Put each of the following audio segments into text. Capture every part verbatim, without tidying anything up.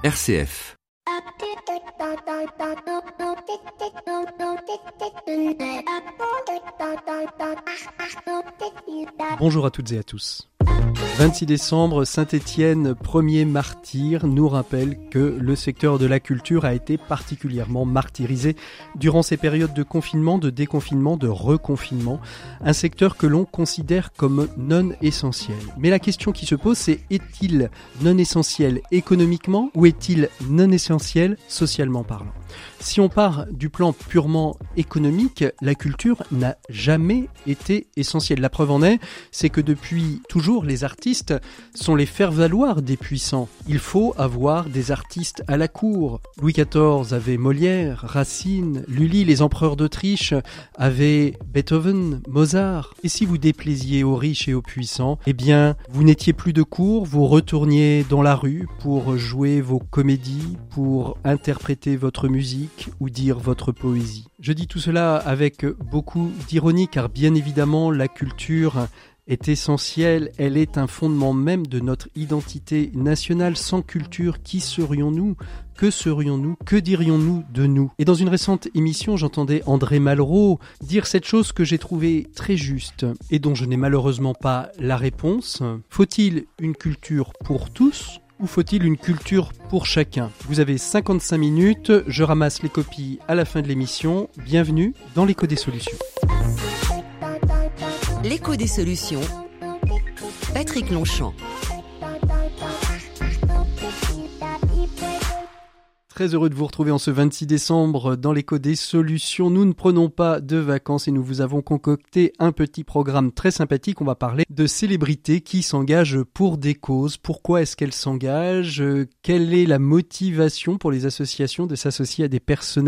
R C F. Bonjour à toutes et à tous. vingt-six décembre, Saint-Étienne, premier martyr, nous rappelle que le secteur de la culture a été particulièrement martyrisé durant ces périodes de confinement, de déconfinement, de reconfinement. Un secteur que l'on considère comme non essentiel. Mais la question qui se pose, c'est est-il non essentiel économiquement ou est-il non essentiel socialement parlant ? Si on part du plan purement économique, la culture n'a jamais été essentielle. La preuve en est, c'est que depuis toujours, les artistes sont les faire-valoir des puissants. Il faut avoir des artistes à la cour. Louis quatorze avait Molière, Racine, Lully, les empereurs d'Autriche avaient Beethoven, Mozart. Et si vous déplaisiez aux riches et aux puissants, eh bien, vous n'étiez plus de cour, vous retourniez dans la rue pour jouer vos comédies, pour interpréter votre musique ou dire votre poésie. Je dis tout cela avec beaucoup d'ironie car bien évidemment la culture est essentielle, elle est un fondement même de notre identité nationale. Sans culture, qui serions-nous ? Que serions-nous ? Que dirions-nous de nous ? Et dans une récente émission, j'entendais André Malraux dire cette chose que j'ai trouvée très juste et dont je n'ai malheureusement pas la réponse. Faut-il une culture pour tous ? Ou faut-il une culture pour chacun ? Vous avez cinquante-cinq minutes, je ramasse les copies à la fin de l'émission. Bienvenue dans l'écho des solutions. L'écho des solutions. Patrick Longchamp. Très heureux de vous retrouver en ce vingt-six décembre dans l'écho des solutions. Nous ne prenons pas de vacances et nous vous avons concocté un petit programme très sympathique. On va parler de célébrités qui s'engagent pour des causes. Pourquoi est-ce qu'elles s'engagent ? Quelle est la motivation pour les associations de s'associer à des personnalités ?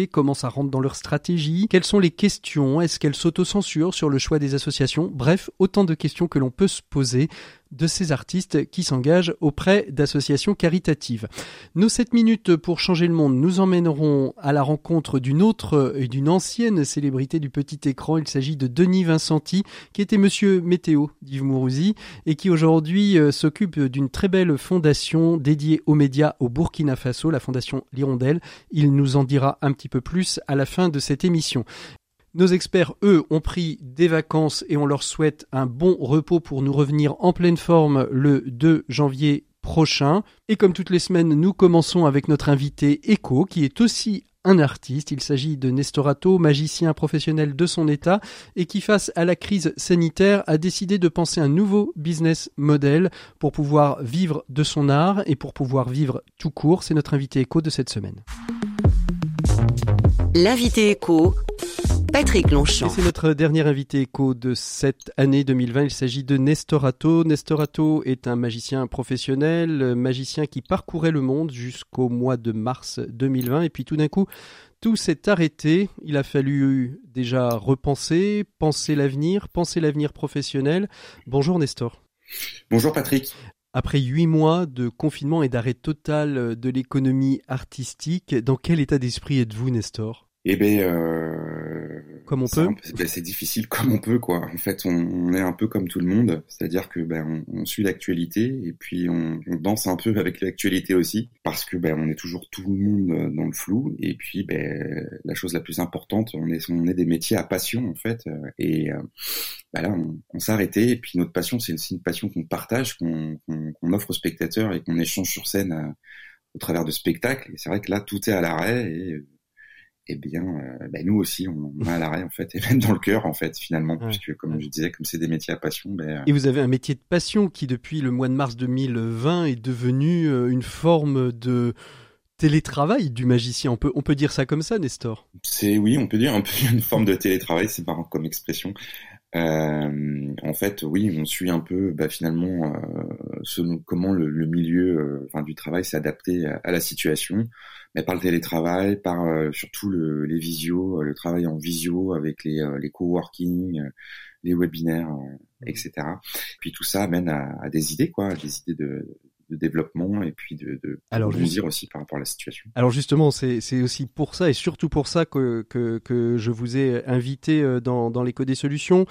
Comment ça rentre dans leur stratégie ? Quelles sont les questions ? Est-ce qu'elles s'autocensurent sur le choix des associations ? Bref, autant de questions que l'on peut se poser de ces artistes qui s'engagent auprès d'associations caritatives. Nos sept minutes pour changer le monde nous emmèneront à la rencontre d'une autre et d'une ancienne célébrité du petit écran. Il s'agit de Denis Vincenti, qui était Monsieur Météo d'Yves Mourouzi et qui aujourd'hui euh, s'occupe d'une très belle fondation dédiée aux médias au Burkina Faso, la fondation L'Hirondelle. Il nous en dira un petit peu plus à la fin de cette émission. Nos experts, eux, ont pris des vacances et on leur souhaite un bon repos pour nous revenir en pleine forme le deux janvier prochain. Et comme toutes les semaines, nous commençons avec notre invité Echo, qui est aussi un artiste. Il s'agit de Nestorato, magicien professionnel de son état et qui, face à la crise sanitaire, a décidé de penser un nouveau business model pour pouvoir vivre de son art et pour pouvoir vivre tout court. C'est notre invité Echo de cette semaine. L'invité Echo. Patrick Longchamp. Et c'est notre dernier invité écho de cette année deux mille vingt. Il s'agit de Nestorato. Nestorato est un magicien professionnel, magicien qui parcourait le monde jusqu'au mois de mars deux mille vingt. Et puis tout d'un coup, tout s'est arrêté. Il a fallu déjà repenser, penser l'avenir, penser l'avenir professionnel. Bonjour Nestor. Bonjour Patrick. Après huit mois de confinement et d'arrêt total de l'économie artistique, dans quel état d'esprit êtes-vous, Nestor ? Eh ben, euh, comme on c'est peut. Un, ben, c'est difficile comme on peut, quoi. En fait, on, on est un peu comme tout le monde, c'est-à-dire que ben on, on suit l'actualité et puis on, on danse un peu avec l'actualité aussi, parce que ben on est toujours tout le monde dans le flou. Et puis ben la chose la plus importante, on est on est des métiers à passion en fait. Et ben là, on, on s'est arrêté. Et puis notre passion, c'est aussi une passion qu'on partage, qu'on, qu'on, qu'on offre aux spectateurs et qu'on échange sur scène à, au travers de spectacles. Et c'est vrai que là, tout est à l'arrêt et Eh bien, euh, ben nous aussi, on, on est à l'arrêt en fait, et même dans le cœur en fait, finalement, ouais. Puisque comme je disais, comme c'est des métiers à passion. Ben, et vous avez un métier de passion qui, depuis le mois de mars deux mille vingt, est devenu une forme de télétravail du magicien. On peut, on peut dire ça comme ça, Nestor ? C'est oui, on peut dire un peu une forme de télétravail. C'est marrant comme expression. Euh, en fait, oui, on suit un peu, bah, finalement, euh, selon comment le, le milieu, euh, enfin, du travail s'est adapté à, à la situation. Mais par le télétravail, par euh, surtout le, les visios, le travail en visio avec les, euh, les coworking, euh, les webinaires, euh, et cetera. Puis tout ça amène à, à des idées, quoi, des idées de, de développement et puis de, de, alors, de rebondir aussi par rapport à la situation. Alors justement, c'est, c'est aussi pour ça et surtout pour ça que, que, que je vous ai invité dans, dans l'écho des solutions.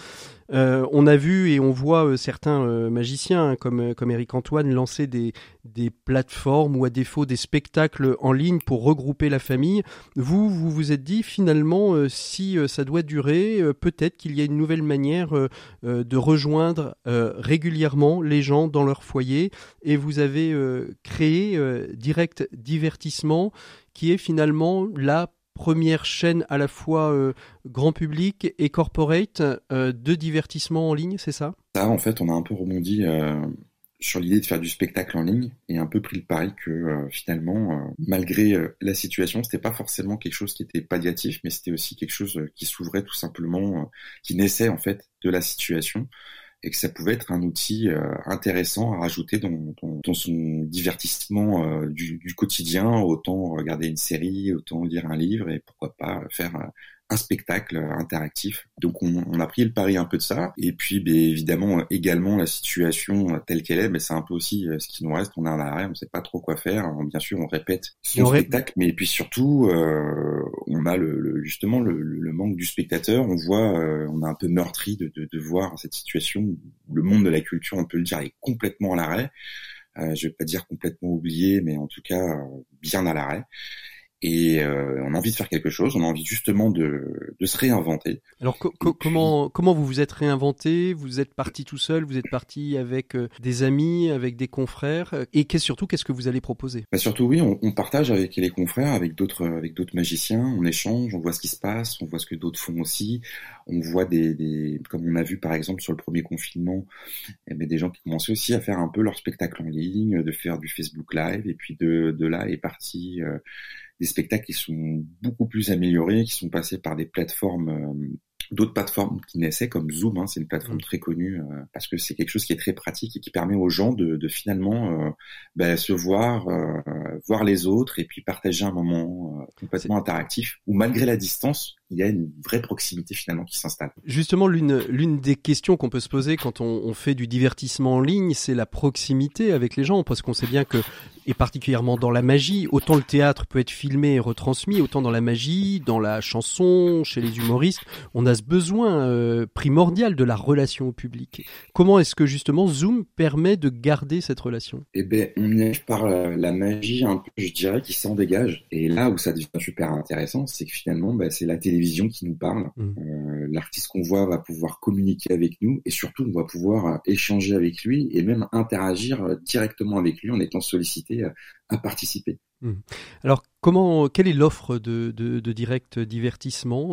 Euh, on a vu et on voit euh, certains euh, magiciens hein, comme, comme Éric Antoine lancer des, des plateformes ou à défaut des spectacles en ligne pour regrouper la famille. Vous, vous vous êtes dit finalement euh, si euh, ça doit durer, euh, peut-être qu'il y a une nouvelle manière euh, euh, de rejoindre euh, régulièrement les gens dans leur foyer et vous avez euh, créé euh, Direct Divertissement qui est finalement la première chaîne à la fois euh, grand public et corporate euh, de divertissement en ligne, c'est ça ? Ça, en fait, on a un peu rebondi euh, sur l'idée de faire du spectacle en ligne et un peu pris le pari que euh, finalement, euh, malgré euh, la situation, c'était pas forcément quelque chose qui était palliatif, mais c'était aussi quelque chose euh, qui s'ouvrait tout simplement, euh, qui naissait en fait de la situation. Et que ça pouvait être un outil euh, intéressant à rajouter dans, dans, dans son divertissement euh, du, du quotidien, autant regarder une série, autant lire un livre et pourquoi pas faire euh, un spectacle interactif. Donc on, on a pris le pari un peu de ça. Et puis ben, évidemment également la situation telle qu'elle est, mais c'est un peu aussi ce qui nous reste. On est à l'arrêt, on ne sait pas trop quoi faire. Alors, bien sûr on répète son on spectacle, ré... mais puis surtout euh, on a le, le, justement le, le manque du spectateur. On voit, euh, on est un peu meurtri de, de, de voir cette situation où le monde de la culture, on peut le dire, est complètement à l'arrêt. Euh, je vais pas dire complètement oublié, mais en tout cas euh, bien à l'arrêt. Et euh, on a envie de faire quelque chose, on a envie justement de, de se réinventer. Alors co- co- puis... comment comment vous vous êtes réinventé ? Vous êtes parti tout seul, vous êtes parti avec euh, des amis, avec des confrères. Et qu'est-ce, surtout, qu'est-ce que vous allez proposer ? Bah surtout oui, on, on partage avec les confrères, avec d'autres avec d'autres magiciens, on échange, on voit ce qui se passe, on voit ce que d'autres font aussi. On voit des, des comme on a vu par exemple sur le premier confinement, eh bien, des gens qui commençaient aussi à faire un peu leur spectacle en ligne, de faire du Facebook Live, et puis de de là est parti euh, des spectacles qui sont beaucoup plus améliorés, qui sont passés par des plateformes, euh, d'autres plateformes qui naissaient comme Zoom, hein, c'est une plateforme très connue euh, parce que c'est quelque chose qui est très pratique et qui permet aux gens de, de finalement euh, bah, se voir, euh, voir les autres et puis partager un moment euh, complètement c'est... interactif où malgré la distance, il y a une vraie proximité finalement qui s'installe. Justement, l'une, l'une des questions qu'on peut se poser quand on, on fait du divertissement en ligne, c'est la proximité avec les gens, parce qu'on sait bien que, et particulièrement dans la magie, autant le théâtre peut être filmé et retransmis, autant dans la magie, dans la chanson, chez les humoristes, on a ce besoin euh, primordial de la relation au public. Comment est-ce que justement Zoom permet de garder cette relation ? Eh ben, on y arrive par la, la magie un peu, je dirais, qui s'en dégage. Et là où ça devient super intéressant, c'est que finalement, bah, c'est la télévision qui nous parle. Mmh. Euh, l'artiste qu'on voit va pouvoir communiquer avec nous et surtout on va pouvoir euh, échanger avec lui et même interagir euh, directement avec lui en étant sollicité euh, à participer. Mmh. Alors comment, quelle est l'offre de, de, de Direct Divertissement ?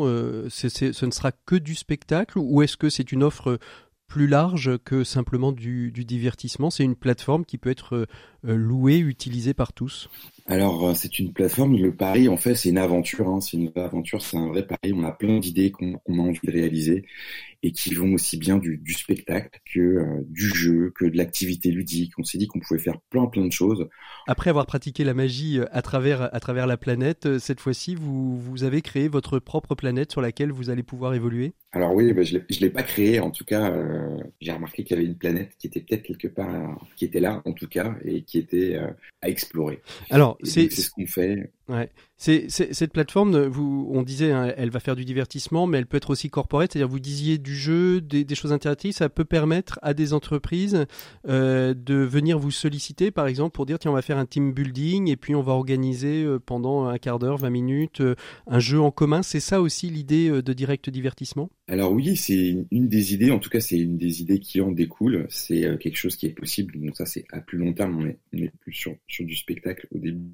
euh, c'est, c'est, Ce ne sera que du spectacle ou est-ce que c'est une offre plus large que simplement du, du divertissement ? C'est une plateforme qui peut être euh, louée, utilisée par tous ? Alors, c'est une plateforme, le pari, en fait, c'est une aventure, hein, c'est une vraie aventure, c'est un vrai pari, on a plein d'idées qu'on, qu'on a envie de réaliser et qui vont aussi bien du, du spectacle que euh, du jeu, que de l'activité ludique. On s'est dit qu'on pouvait faire plein plein de choses. Après avoir pratiqué la magie à travers, à travers la planète, cette fois-ci, vous, vous avez créé votre propre planète sur laquelle vous allez pouvoir évoluer ? Alors oui, bah, je ne l'ai pas créé, en tout cas, euh, j'ai remarqué qu'il y avait une planète qui était peut-être quelque part, là, qui était là, en tout cas, et qui était euh, à explorer. Alors, c'est, c'est ce qu'on fait. Ouais. C'est, c'est, cette plateforme, vous, on disait, hein, elle va faire du divertissement, mais elle peut être aussi corporate, c'est-à-dire vous disiez du jeu, des, des choses interactives, ça peut permettre à des entreprises euh, de venir vous solliciter, par exemple, pour dire, tiens, on va faire un team building, et puis on va organiser euh, pendant un quart d'heure, vingt minutes, euh, un jeu en commun. C'est ça aussi l'idée euh, de Direct Divertissement ? Alors oui, c'est une des idées, en tout cas c'est une des idées qui en découle, c'est euh, quelque chose qui est possible, donc ça c'est à plus long terme, on est, on est plus sur, sur du spectacle au début.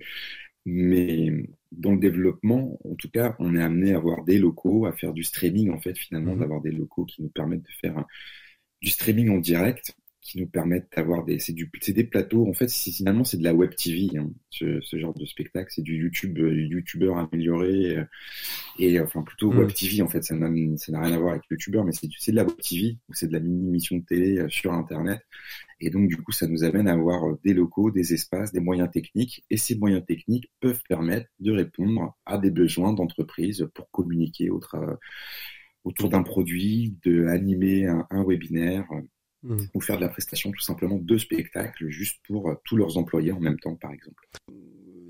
Mais dans le développement, en tout cas, on est amené à avoir des locaux, à faire du streaming, en fait, finalement, mmh. d'avoir des locaux qui nous permettent de faire un, du streaming en direct, qui nous permettent d'avoir des, c'est du, c'est des plateaux, en fait, c'est, finalement, c'est de la web T V, hein, ce, ce genre de spectacle, c'est du YouTube, euh, YouTubeur amélioré, euh, et enfin, plutôt mmh. web T V, en fait, ça n'a, ça n'a rien à voir avec YouTubeur, mais c'est, c'est de la web T V, ou c'est de la mini-émission de télé euh, sur Internet. Et donc, du coup, ça nous amène à avoir des locaux, des espaces, des moyens techniques. Et ces moyens techniques peuvent permettre de répondre à des besoins d'entreprises pour communiquer au tra- autour d'un produit, d'animer un, un webinaire mmh. ou faire de la prestation tout simplement de spectacles juste pour tous leurs employés en même temps, par exemple. Il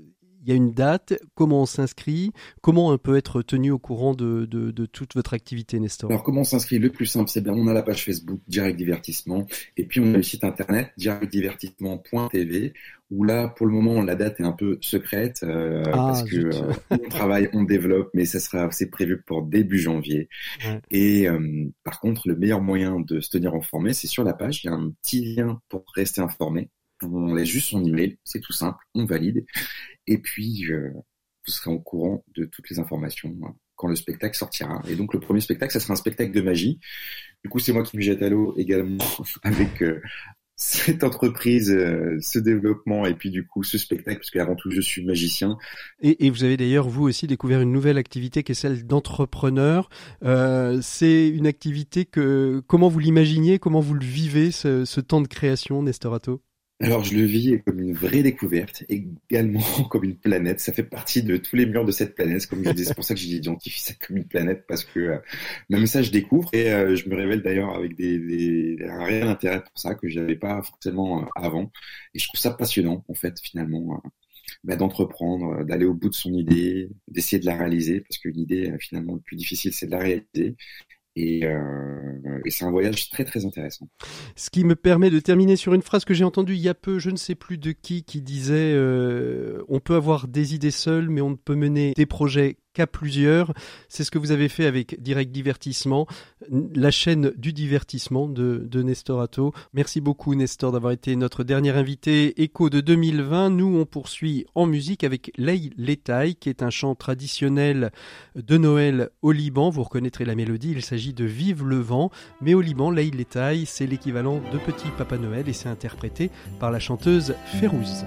il y a une date, comment on s'inscrit, comment on peut être tenu au courant de, de, de toute votre activité, Nestor? Alors, comment on s'inscrit? Le plus simple, c'est bien, on a la page Facebook Direct Divertissement, et puis on a le site internet direct divertissement point t v, où là, pour le moment, la date est un peu secrète, euh, ah, parce que euh, on travaille, on développe, mais ça sera, c'est prévu pour début janvier. Ouais. Et euh, par contre, le meilleur moyen de se tenir informé, c'est sur la page, il y a un petit lien pour rester informé. On laisse juste son email, c'est tout simple, on valide, et puis euh, vous serez au courant de toutes les informations quand le spectacle sortira. Et donc le premier spectacle, ça sera un spectacle de magie. Du coup, c'est moi qui me jette à l'eau également avec euh, cette entreprise, euh, ce développement, et puis du coup ce spectacle, parce qu'avant tout je suis magicien. Et, et vous avez d'ailleurs vous aussi découvert une nouvelle activité qui est celle d'entrepreneur. Euh, c'est une activité que, comment vous l'imaginiez, comment vous le vivez, ce, ce temps de création, Nestor Atto? Alors, je le vis comme une vraie découverte, également comme une planète. Ça fait partie de tous les murs de cette planète. Comme je disais, c'est pour ça que j'identifie ça comme une planète, parce que euh, même ça, je découvre. Et euh, je me révèle d'ailleurs avec des, des, un réel intérêt pour ça que je n'avais pas forcément euh, avant. Et je trouve ça passionnant, en fait, finalement, euh, bah, d'entreprendre, d'aller au bout de son idée, d'essayer de la réaliser, parce qu'une idée, euh, finalement, le plus difficile, c'est de la réaliser. Et, euh, et c'est un voyage très très intéressant. Ce qui me permet de terminer sur une phrase que j'ai entendue il y a peu, je ne sais plus de qui, qui disait euh, « On peut avoir des idées seules, mais on ne peut mener des projets qu'à plusieurs ». C'est ce que vous avez fait avec Direct Divertissement, la chaîne du divertissement de, de Nestor Atto. Merci beaucoup Nestor d'avoir été notre dernier invité Écho de deux mille vingt. Nous, on poursuit en musique avec Lay Letaï, qui est un chant traditionnel de Noël au Liban. Vous reconnaîtrez la mélodie, il s'agit de Vive le vent. Mais au Liban, Lay Letaï, c'est l'équivalent de Petit Papa Noël et c'est interprété par la chanteuse Férouz.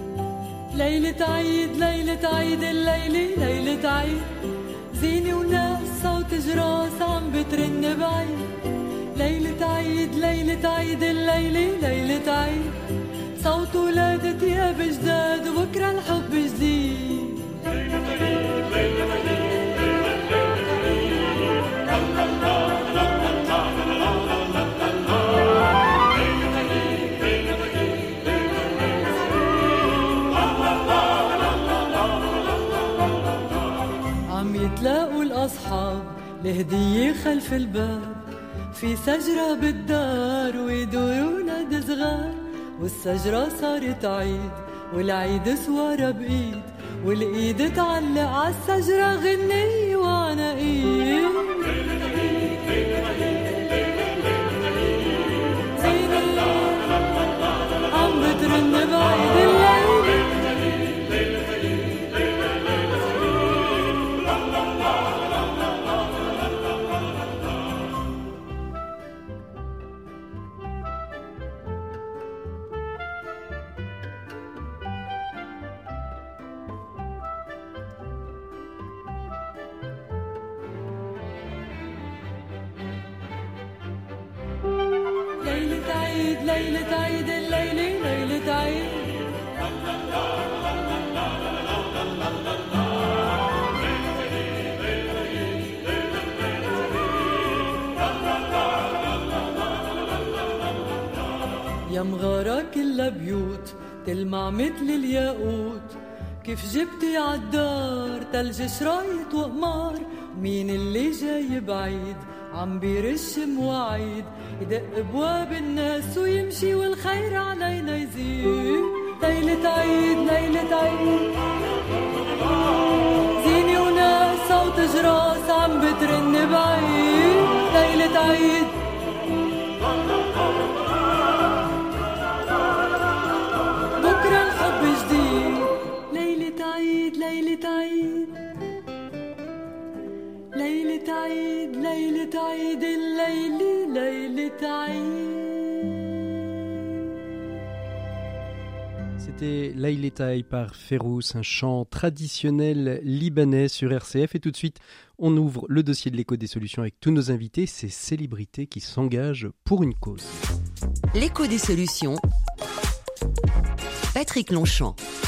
ليلة عيد ليلة عيد الليلة ليلة عيد زينة وناس صوت جراس عم بترن بعيد ليلة عيد ليلة عيد الليلة ليلة عيد صوت ولادة يا بجداد وبكرة الحب جديد ليلة عيد ليلة عيد يتلاقوا الأصحاب لهدية خلف الباب في شجرة بالدار ويدوروا ولاد صغار والشجرة صارت عيد والعيد سوارة بإيد والإيد تعلق عالشجرة غنية وعناقيد زينة عم بترن بعيد الليل ليلة عيد الليلة ليلة عيد يا مغارة كلها بيوت تلمع مثل الياقوت كيف جبتي عالدار تلج شرايط وقمار مين اللي جاي بعيد عم بيرش مواعيد يدق ابواب الناس ويمشي والخير علينا يزيد ليلة عيد ليلة عيد زينة وناس صوت جراس عم بترن بعيد ليلة عيد بكرة الحب جديد ليلة عيد ليلة عيد ليلة عيد ليلة عيد الليلة ليلة عيد. C'était Lay Letaï par Férouz, un chant traditionnel libanais sur R C F. Et tout de suite, on ouvre le dossier de l'écho des solutions avec tous nos invités, ces célébrités qui s'engagent pour une cause. L'écho des solutions, Patrick Longchamp.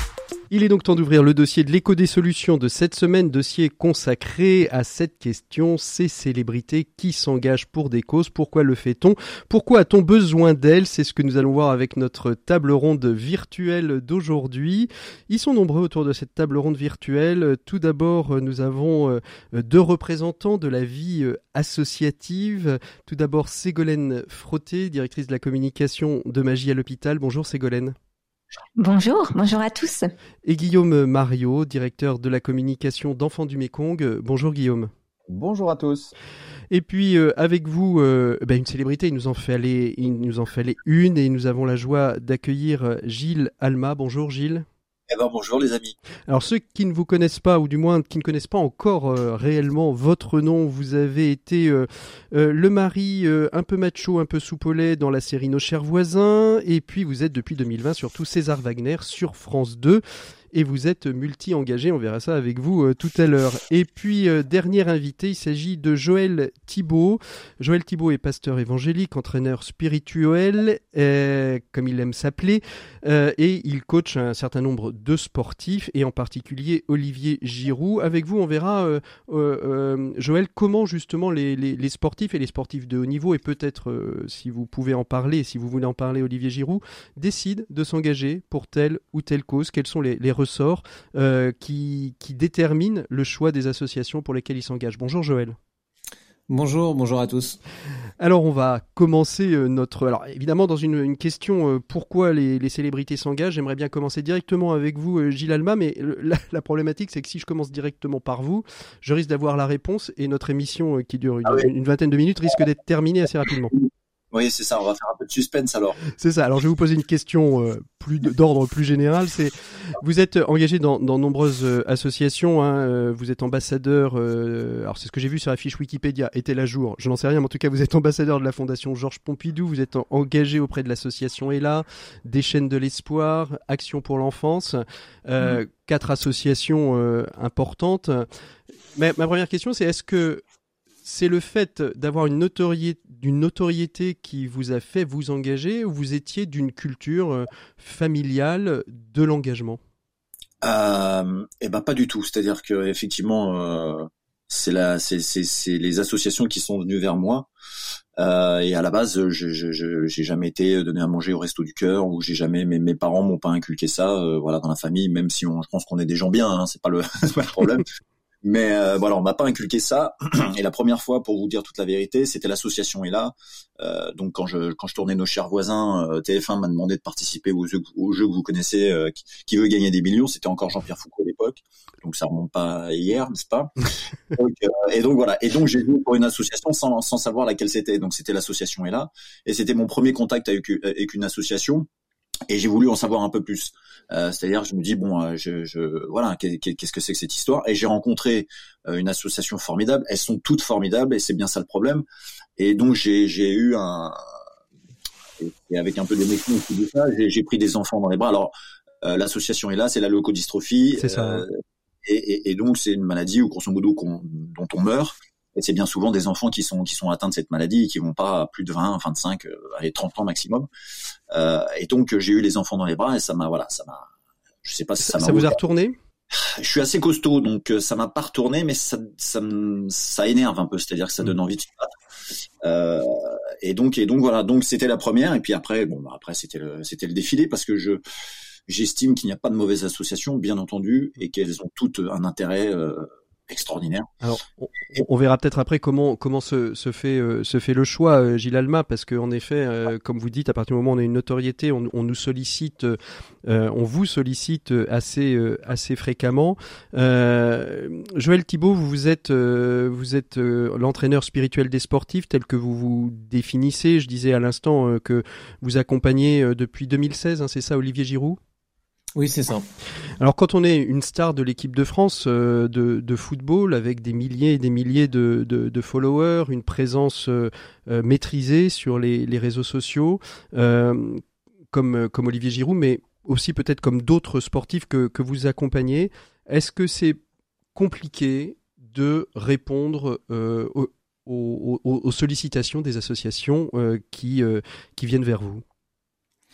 Il est donc temps d'ouvrir le dossier de l'écho des solutions de cette semaine, dossier consacré à cette question, ces célébrités qui s'engagent pour des causes, pourquoi le fait-on? Pourquoi a-t-on besoin d'elles? C'est ce que nous allons voir avec notre table ronde virtuelle d'aujourd'hui. Ils sont nombreux autour de cette table ronde virtuelle. Tout d'abord, nous avons deux représentants de la vie associative. Tout d'abord, Ségolène Frotté, directrice de la communication de Magie à l'hôpital. Bonjour Ségolène. Bonjour, bonjour à tous. Et Guillaume Mariot, directeur de la communication d'Enfants du Mékong. Bonjour Guillaume. Bonjour à tous. Et puis euh, avec vous, euh, ben, une célébrité, il nous en fallait, il nous en fallait une et nous avons la joie d'accueillir Gilles Alma. Bonjour Gilles. Eh ben, bonjour les amis. Alors ceux qui ne vous connaissent pas, ou du moins qui ne connaissent pas encore euh, réellement votre nom, vous avez été euh, euh, le mari euh, un peu macho, un peu soupolé dans la série Nos chers voisins, et puis vous êtes depuis deux mille vingt surtout César Wagner sur France deux. Et vous êtes multi-engagé, on verra ça avec vous euh, tout à l'heure. Et puis, euh, dernier invité, il s'agit de Joël Thibault. Joël Thibault est pasteur évangélique, entraîneur spirituel, euh, comme il aime s'appeler, euh, et il coach un certain nombre de sportifs, et en particulier Olivier Giroud. Avec vous, on verra, euh, euh, euh, Joël, comment justement les, les, les sportifs et les sportifs de haut niveau, et peut-être, euh, si vous pouvez en parler, si vous voulez en parler, Olivier Giroud, décident de s'engager pour telle ou telle cause. Quels sont les, les ressort euh, qui, qui détermine le choix des associations pour lesquelles ils s'engagent. Bonjour Joël. Bonjour, bonjour à tous. Alors on va commencer euh, notre... Alors évidemment dans une, une question euh, pourquoi les, les célébrités s'engagent, j'aimerais bien commencer directement avec vous euh, Gilles Alma, mais le, la, la problématique c'est que si je commence directement par vous, je risque d'avoir la réponse et notre émission euh, qui dure une, ah oui. une, une vingtaine de minutes risque d'être terminée assez rapidement. Oui, c'est ça, on va faire un peu de suspense alors. C'est ça, alors je vais vous poser une question euh, plus d'ordre plus général. C'est, vous êtes engagé dans, dans nombreuses euh, associations, hein, euh, vous êtes ambassadeur, euh, alors c'est ce que j'ai vu sur la fiche Wikipédia, est-elle à jour? Je n'en sais rien, mais en tout cas vous êtes ambassadeur de la Fondation Georges Pompidou, vous êtes en, engagé auprès de l'association Ella, des chaînes de l'espoir, Action pour l'enfance, euh, mmh. quatre associations euh, importantes. Mais ma première question c'est est-ce que c'est le fait d'avoir une notoriété, d'une notoriété qui vous a fait vous engager ou vous étiez d'une culture familiale de l'engagement? euh, Eh ben pas du tout. C'est-à-dire que effectivement, euh, c'est la, c'est, c'est, c'est les associations qui sont venues vers moi. Euh, et à la base, je, je, je, j'ai jamais été donné à manger au Resto du Cœur ou j'ai jamais, mes, mes parents m'ont pas inculqué ça. Euh, voilà, dans la famille, même si on, je pense qu'on est des gens bien, hein, c'est pas le, c'est pas le problème. Mais euh, voilà, on m'a pas inculqué ça. Et la première fois, pour vous dire toute la vérité, c'était l'association Ella. Euh, donc quand je quand je tournais Nos chers voisins, euh, T F un m'a demandé de participer aux jeux, aux jeux que vous connaissez, euh, qui, qui veut gagner des millions. C'était encore Jean-Pierre Foucault à l'époque, donc ça remonte pas hier, n'est-ce pas? donc, euh, Et donc voilà. Et donc j'ai joué pour une association sans sans savoir laquelle c'était. Donc c'était l'association Ella, et c'était mon premier contact avec avec une association. Et j'ai voulu en savoir un peu plus. Euh, c'est-à-dire, je me dis bon, euh, je, je, voilà, qu'est-ce que c'est que cette histoire? Et j'ai rencontré euh, une association formidable. Elles sont toutes formidables, et c'est bien ça le problème. Et donc j'ai, j'ai eu un, et avec un peu d'émotion au de ça, j'ai, j'ai pris des enfants dans les bras. Alors euh, l'association est là, c'est la leucodystrophie. C'est ça. Euh, et, et, et donc c'est une maladie où grosso modo qu'on, dont on meurt. Et c'est bien souvent des enfants qui sont qui sont atteints de cette maladie et qui vont pas à plus de vingt, vingt-cinq, euh, allez, trente ans maximum. Euh, et donc j'ai eu les enfants dans les bras et ça m'a voilà, ça m'a je sais pas si ça, ça m'a Ça vous a retourné? Je suis assez costaud donc ça m'a pas retourné, mais ça ça ça énerve un peu, c'est-à-dire que ça donne envie de se battre. Euh, et donc et donc voilà, donc c'était la première et puis après bon après c'était le c'était le défilé parce que je j'estime qu'il n'y a pas de mauvaises associations bien entendu et qu'elles ont toutes un intérêt euh, extraordinaire. Alors, on, on verra peut-être après comment comment se, se fait euh, se fait le choix, euh, Gilles Alma, parce que en effet, euh, comme vous dites, à partir du moment où on a une notoriété, on, on nous sollicite, euh, on vous sollicite assez euh, assez fréquemment. Euh, Joël Thibault, vous êtes euh, vous êtes euh, l'entraîneur spirituel des sportifs, tel que vous vous définissez. Je disais à l'instant euh, que vous accompagnez euh, depuis deux mille seize, hein, c'est ça, Olivier Giroud? Oui, c'est ça. Alors quand on est une star de l'équipe de France euh, de, de football avec des milliers et des milliers de, de, de followers, une présence euh, euh, maîtrisée sur les, les réseaux sociaux, euh, comme, comme Olivier Giroud, mais aussi peut-être comme d'autres sportifs que, que vous accompagnez, est-ce que c'est compliqué de répondre euh, aux, aux, aux sollicitations des associations euh, qui, euh, qui viennent vers vous?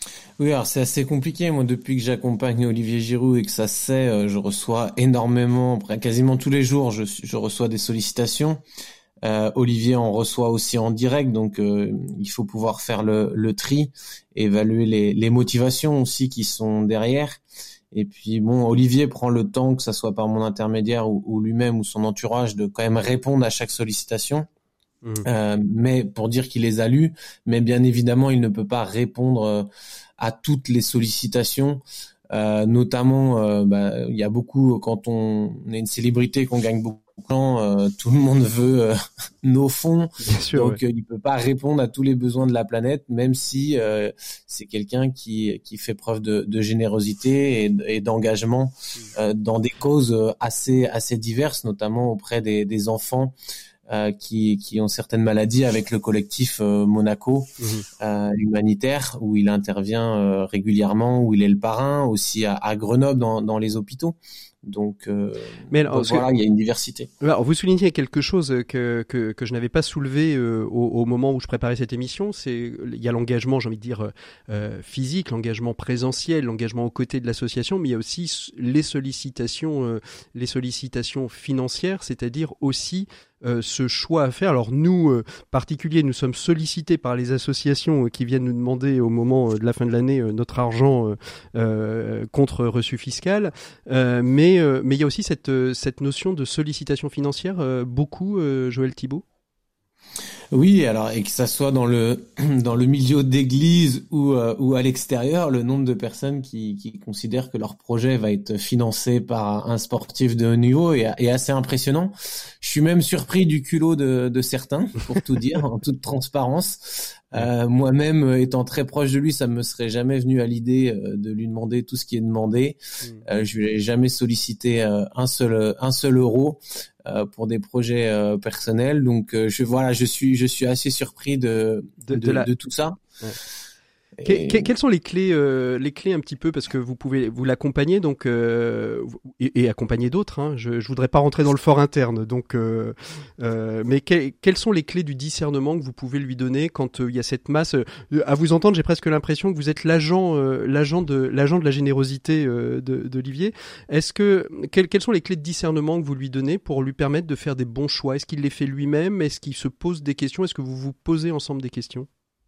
Oui, alors c'est assez compliqué. Moi, depuis que j'accompagne Olivier Giroud et que ça se sait, je reçois énormément, quasiment tous les jours, je, je reçois des sollicitations. Euh, Olivier en reçoit aussi en direct, donc euh, il faut pouvoir faire le, le tri, évaluer les, les motivations aussi qui sont derrière. Et puis bon, Olivier prend le temps, que ça soit par mon intermédiaire ou, ou lui-même ou son entourage, de quand même répondre à chaque sollicitation. Mmh. Euh, mais pour dire qu'il les a lus, mais bien évidemment, il ne peut pas répondre à toutes les sollicitations. Euh, notamment, euh, bah, il y a beaucoup, quand on est une célébrité, qu'on gagne beaucoup d'argent, euh, tout le monde veut euh, nos fonds. Bien sûr, donc ouais. euh, il peut pas répondre à tous les besoins de la planète, même si euh, c'est quelqu'un qui qui fait preuve de, de générosité et, et d'engagement euh, dans des causes assez assez diverses, notamment auprès des, des enfants. Euh, qui, qui ont certaines maladies, avec le collectif euh, Monaco mmh. euh, humanitaire, où il intervient euh, régulièrement, où il est le parrain, aussi à, à Grenoble dans, dans les hôpitaux. Donc, euh, Mais alors, donc voilà, que, il y a une diversité. Alors, vous soulignez quelque chose que que, que je n'avais pas soulevé euh, au, au moment où je préparais cette émission. C'est il y a l'engagement, j'ai envie de dire euh, physique, l'engagement présentiel, l'engagement aux côtés de l'association, mais il y a aussi les sollicitations, euh, les sollicitations financières, c'est-à-dire aussi Euh, ce choix à faire. Alors nous, euh, particuliers, nous sommes sollicités par les associations euh, qui viennent nous demander au moment euh, de la fin de l'année euh, notre argent euh, euh, contre reçu fiscal. Euh, mais euh, mais il y a aussi cette euh, cette notion de sollicitation financière, euh, beaucoup, euh, Joël Thibault. Oui, alors et que ça soit dans le dans le milieu d'église ou euh, ou à l'extérieur, le nombre de personnes qui qui considèrent que leur projet va être financé par un sportif de haut niveau est, est assez impressionnant. Je suis même surpris du culot de de certains, pour tout dire, en toute transparence. Euh, moi-même, étant très proche de lui, ça me serait jamais venu à l'idée de lui demander tout ce qui est demandé. Euh, je lui ai jamais sollicité euh, un seul un seul euro euh, pour des projets euh, personnels. Donc, euh, je voilà, je suis je suis assez surpris de de, de, de, la... de tout ça. Ouais. Et... Que, quelles sont les clés, euh, les clés un petit peu, parce que vous pouvez vous l'accompagner donc euh, et, et accompagner d'autres. Hein, je, je voudrais pas rentrer dans le fort interne, donc euh, euh, mais que, quelles sont les clés du discernement que vous pouvez lui donner quand euh, il y a cette masse euh, à vous entendre, j'ai presque l'impression que vous êtes l'agent, euh, l'agent de l'agent de la générosité euh, de, d'Olivier. Est-ce que quelles, quelles sont les clés de discernement que vous lui donnez pour lui permettre de faire des bons choix? Est-ce qu'il les fait lui-même? Est-ce qu'il se pose des questions? Est-ce que vous vous posez ensemble des questions?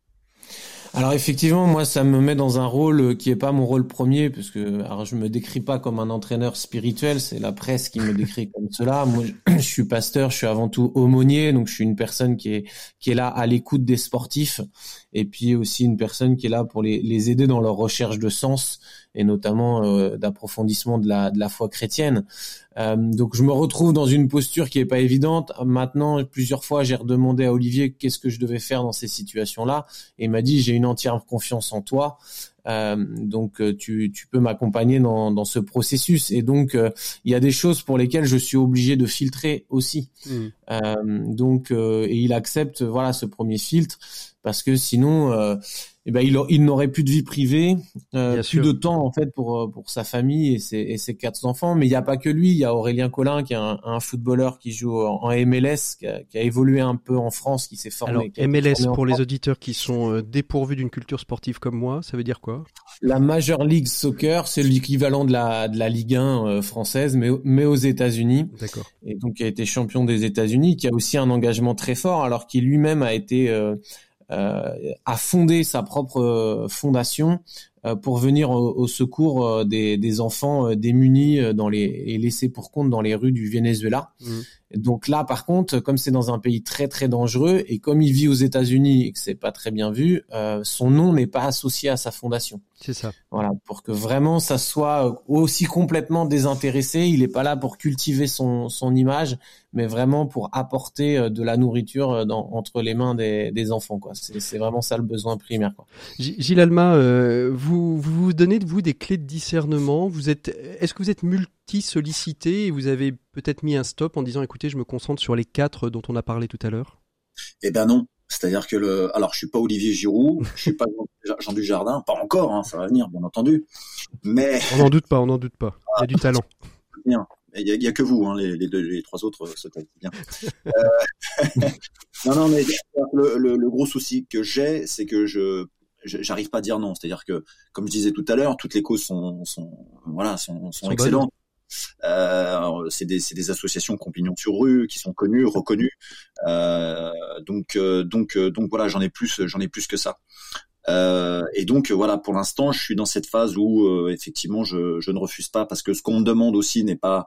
Alors effectivement, moi, ça me met dans un rôle qui est pas mon rôle premier, parce que alors je me décris pas comme un entraîneur spirituel, c'est la presse qui me décrit comme cela. Moi, je, je suis pasteur, je suis avant tout aumônier, donc je suis une personne qui est qui est là à l'écoute des sportifs, et puis aussi une personne qui est là pour les les aider dans leur recherche de sens, et notamment euh, d'approfondissement de la de la foi chrétienne. Euh, donc je me retrouve dans une posture qui est pas évidente. Maintenant, plusieurs fois, j'ai redemandé à Olivier qu'est-ce que je devais faire dans ces situations-là, et il m'a dit j'ai une entière confiance en toi. Euh, donc tu tu peux m'accompagner dans dans ce processus, et donc euh, il y a des choses pour lesquelles je suis obligé de filtrer aussi. Mmh. Euh, donc euh, et il accepte voilà ce premier filtre, parce que sinon euh, eh ben il, il n'aurait plus de vie privée, euh, plus sûr. de temps en fait pour pour sa famille et ses et ses quatre enfants. Mais il y a pas que lui, il y a Aurélien Collin qui est un, un footballeur qui joue en M L S, qui a, qui a évolué un peu en France, qui s'est formé. Alors M L S, pour les auditeurs qui sont dépourvus d'une culture sportive comme moi, ça veut dire quoi? La Major League Soccer, c'est l'équivalent de la de la Ligue un euh, française, mais mais aux États-Unis. D'accord. Et donc qui a été champion des États-Unis, qui a aussi un engagement très fort, alors qu'il lui-même a été euh, euh, a fondé sa propre fondation euh, pour venir au, au secours euh, des des enfants euh, démunis dans les et laissés pour compte dans les rues du Venezuela. Mmh. Donc là, par contre, comme c'est dans un pays très très dangereux, et comme il vit aux États-Unis et que c'est pas très bien vu, euh, son nom n'est pas associé à sa fondation. C'est ça. Voilà, pour que vraiment ça soit aussi complètement désintéressé. Il est pas là pour cultiver son son image, mais vraiment pour apporter de la nourriture dans, entre les mains des des enfants, quoi. C'est c'est vraiment ça le besoin primaire, quoi. Gilles Alma, euh, vous vous vous donnez de vous des clés de discernement. Vous êtes, est-ce que vous êtes multi-sollicité et vous avez peut-être mis un stop en disant écoutez, je me concentre sur les quatre dont on a parlé tout à l'heure? Eh ben non. C'est-à-dire que le, alors je suis pas Olivier Giroud, je suis pas Jean Dujardin, pas encore, hein, ça va venir, bien entendu. Mais on n'en doute pas, on n'en doute pas. Il y a du talent. Bien. Il y a, il y a que vous, hein, les, les deux, les trois autres se taillent bien. euh... non, non, mais le, le, le gros souci que j'ai, c'est que je j'arrive pas à dire non. C'est-à-dire que, comme je disais tout à l'heure, toutes les causes sont, sont voilà, sont, sont, sont excellentes. Euh, c'est des, c'est des associations qui ont pignon sur rue, qui sont connues, reconnues. Euh, donc, euh, donc, euh, donc voilà, j'en ai plus, j'en ai plus que ça. Euh, et donc voilà, pour l'instant, je suis dans cette phase où euh, effectivement, je, je ne refuse pas parce que ce qu'on me demande aussi n'est pas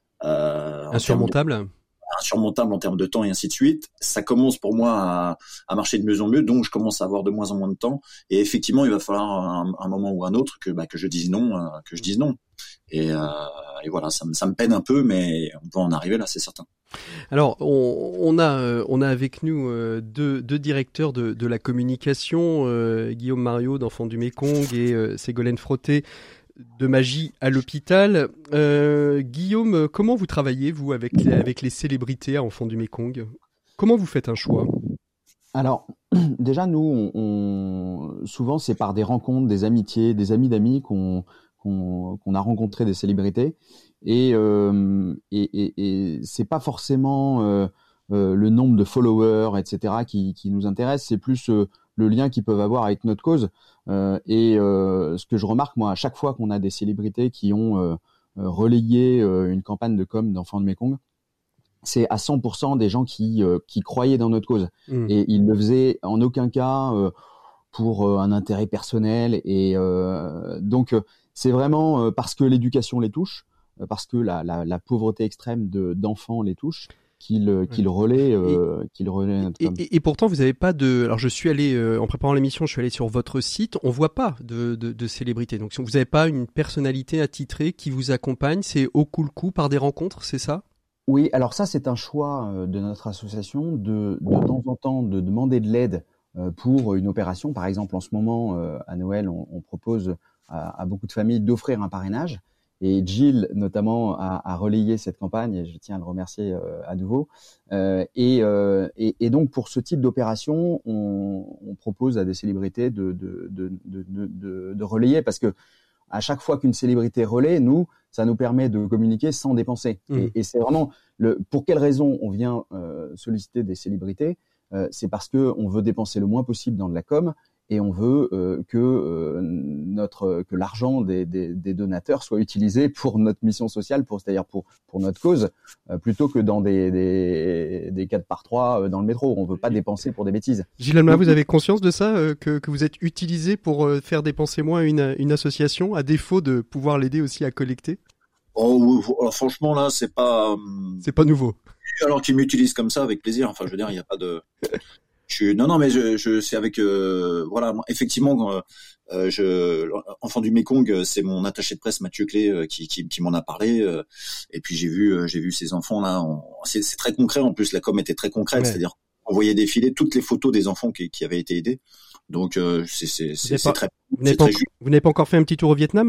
euh, insurmontable. insurmontable en termes de temps et ainsi de suite. Ça commence pour moi à, à marcher de mieux en mieux, donc je commence à avoir de moins en moins de temps. Et effectivement, il va falloir un, un moment ou un autre que, bah, que je dise non, euh, que je dise non. Et, euh, et voilà, ça me, ça me peine un peu, mais on va en arriver là, c'est certain. Alors, on, on a, euh, on a avec nous euh, deux, deux directeurs de, de la communication, euh, Guillaume Mariot d'Enfants du Mékong et euh, Ségolène Frotté de Magie à l'hôpital. Euh, Guillaume, comment vous travaillez, vous, avec les, avec les célébrités à Enfants du Mékong ? Comment vous faites un choix ? Alors, déjà, nous, on, on, souvent, c'est par des rencontres, des amitiés, des amis d'amis qu'on, qu'on, qu'on a rencontré des célébrités. Et, euh, et, et, et c'est pas forcément euh, euh, le nombre de followers, et cetera, qui, qui nous intéresse, c'est plus euh, le lien qu'ils peuvent avoir avec notre cause. Euh, et euh, ce que je remarque, moi, à chaque fois qu'on a des célébrités qui ont euh, relayé euh, une campagne de com d'Enfants de Mékong, c'est à cent pour cent des gens qui, euh, qui croyaient dans notre cause. Mmh. Et ils le faisaient en aucun cas euh, pour euh, un intérêt personnel. Et euh, donc, c'est vraiment euh, parce que l'éducation les touche, euh, parce que la, la, la pauvreté extrême de, d'enfants les touche, qu'il qu'il relaie euh, qu'il relaie notre com. Et, et, et pourtant vous n'avez pas de, alors je suis allé euh, en préparant l'émission, je suis allé sur votre site, on voit pas de de, de célébrité. Donc si vous n'avez pas une personnalité attitrée qui vous accompagne, c'est au coup le coup par des rencontres, c'est ça ? Oui, alors ça c'est un choix de notre association de de temps en temps de demander de l'aide pour une opération. Par exemple, en ce moment à Noël, on, on propose à, à beaucoup de familles d'offrir un parrainage. Et Gilles, notamment, a, a relayé cette campagne, et je tiens à le remercier euh, à nouveau. Euh, et, euh, et, et donc, pour ce type d'opération, on, on propose à des célébrités de, de, de, de, de, de relayer, parce que à chaque fois qu'une célébrité relaie, nous, ça nous permet de communiquer sans dépenser. Mmh. Et, et c'est vraiment le, pour quelle raison on vient euh, solliciter des célébrités, euh, c'est parce que on veut dépenser le moins possible dans de la com. Et on veut euh, que euh, notre que l'argent des, des, des donateurs soit utilisé pour notre mission sociale, pour c'est-à-dire pour pour notre cause, euh, plutôt que dans des des des quatre par trois euh, dans le métro. On veut pas dépenser pour des bêtises. Gilles Alma, vous avez conscience de ça, euh, que que vous êtes utilisé pour euh, faire dépenser moins une une association, à défaut de pouvoir l'aider aussi à collecter ? Oh, alors franchement là, c'est pas. C'est pas nouveau. Alors qu'ils m'utilisent comme ça, avec plaisir. Enfin, je veux dire, il y a pas de. Je, non, non, mais je, je, c'est avec, euh, voilà, effectivement, euh, je, Enfant du Mékong, c'est mon attaché de presse Mathieu Clé euh, qui, qui, qui m'en a parlé. Euh, et puis j'ai vu, euh, j'ai vu ces enfants là. On, c'est, c'est très concret. En plus, la com était très concrète, ouais. C'est-à-dire on voyait défiler toutes les photos des enfants qui, qui avaient été aidés. Donc euh, c'est, c'est, c'est, c'est pas, très. Vous n'avez, pas très encore, vous n'avez pas encore fait un petit tour au Vietnam ?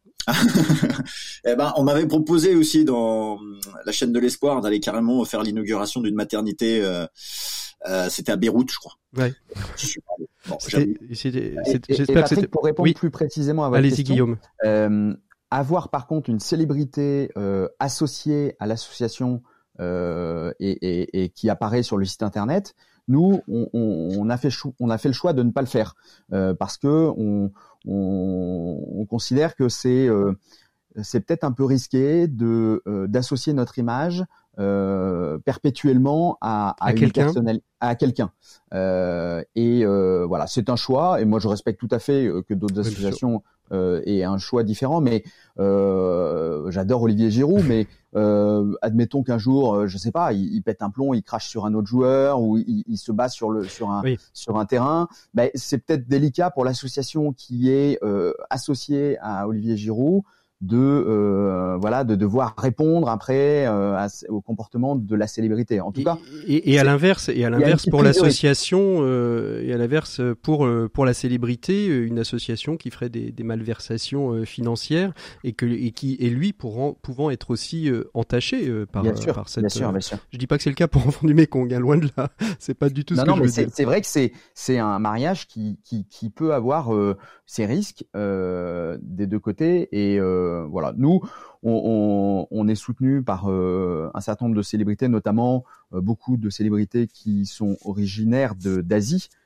Eh ben, on m'avait proposé aussi dans la chaîne de l'espoir d'aller carrément faire l'inauguration d'une maternité. Euh, euh, c'était à Beyrouth, je crois. Ouais. Bon, c'était, c'était, c'était, et, j'espère et Patrick, que c'était. Pour répondre oui. plus précisément à votre Allez-y, question, Guillaume. Euh, avoir par contre une célébrité euh, associée à l'association euh, et, et, et qui apparaît sur le site internet. Nous, on, on, on, a fait chou- on a fait le choix de ne pas le faire euh, parce que on, on, on considère que c'est, euh, c'est peut-être un peu risqué de, euh, d'associer notre image euh, perpétuellement à, à, à une quelqu'un. personnali- à quelqu'un. Euh, et euh, voilà, c'est un choix. Et moi, je respecte tout à fait que d'autres oui, associations euh, aient un choix différent. Mais euh, j'adore Olivier Giroud, mais Euh, admettons qu'un jour, je sais pas, il, il pète un plomb, il crache sur un autre joueur ou il, il se bat sur le sur un oui. sur un terrain. Ben c'est peut-être délicat pour l'association qui est euh, associée à Olivier Giroud de euh, voilà de devoir répondre après euh, à, au comportement de la célébrité. En tout et, cas. Et, et à l'inverse, et à l'inverse pour l'association euh, et à l'inverse pour pour la célébrité, une association qui ferait des, des malversations euh, financières et que et qui et lui pourront pouvant être aussi euh, entaché euh, par bien sûr, par cette. Bien sûr, bien sûr. Je dis pas que c'est le cas pour Enfants du Mékong, hein, loin de là. C'est pas du tout non, ce non, que je mais veux c'est, dire. C'est vrai que c'est c'est un mariage qui qui qui peut avoir euh, ses risques euh, des deux côtés et euh, voilà, nous, on, on, on est soutenu par euh, un certain nombre de célébrités, notamment euh, beaucoup de célébrités qui sont originaires de, d'Asie,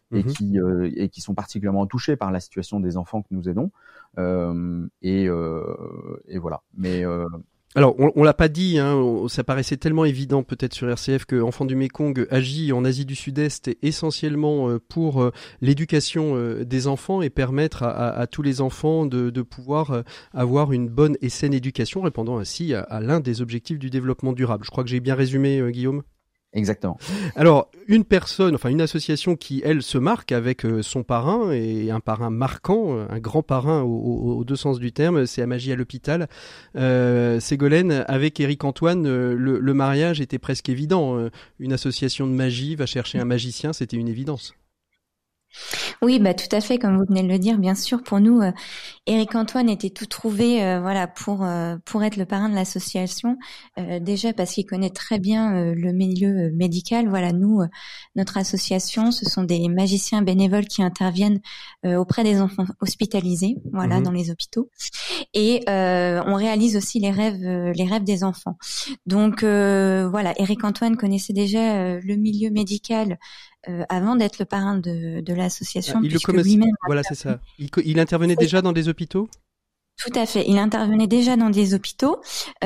mmh. et qui euh, et qui sont particulièrement touchés par la situation des enfants que nous aidons. Euh, et, euh, et voilà. Mais euh, Alors, on, on l'a pas dit, hein, ça paraissait tellement évident peut-être sur R C F que Enfants du Mékong agit en Asie du Sud-Est essentiellement pour l'éducation des enfants et permettre à, à, à tous les enfants de, de pouvoir avoir une bonne et saine éducation, répondant ainsi à, à l'un des objectifs du développement durable. Je crois que j'ai bien résumé, euh, Guillaume. Exactement. Alors, une personne, enfin une association qui, elle, se marque avec euh, son parrain, et un parrain marquant, euh, un grand parrain au, au, au deux sens du terme, c'est à Magie à l'hôpital. Euh, Ségolène, avec Éric Antoine, euh, le, le mariage était presque évident. Euh, une association de magie va chercher un magicien, c'était une évidence. Oui, bah tout à fait, comme vous venez de le dire, bien sûr. Pour nous, euh, Éric Antoine était tout trouvé, euh, voilà, pour euh, pour être le parrain de l'association. Euh, déjà parce qu'il connaît très bien euh, le milieu médical. Voilà, nous, euh, notre association, ce sont des magiciens bénévoles qui interviennent euh, auprès des enfants hospitalisés, voilà, mmh. dans les hôpitaux, et euh, on réalise aussi les rêves, euh, les rêves des enfants. Donc euh, voilà, Éric Antoine connaissait déjà euh, le milieu médical. Euh, avant d'être le parrain de, de l'association. Ah, il le connaissait, voilà, c'est ça. Il, il intervenait c'est déjà ça. Dans des hôpitaux ? Tout à fait. Il intervenait déjà dans des hôpitaux.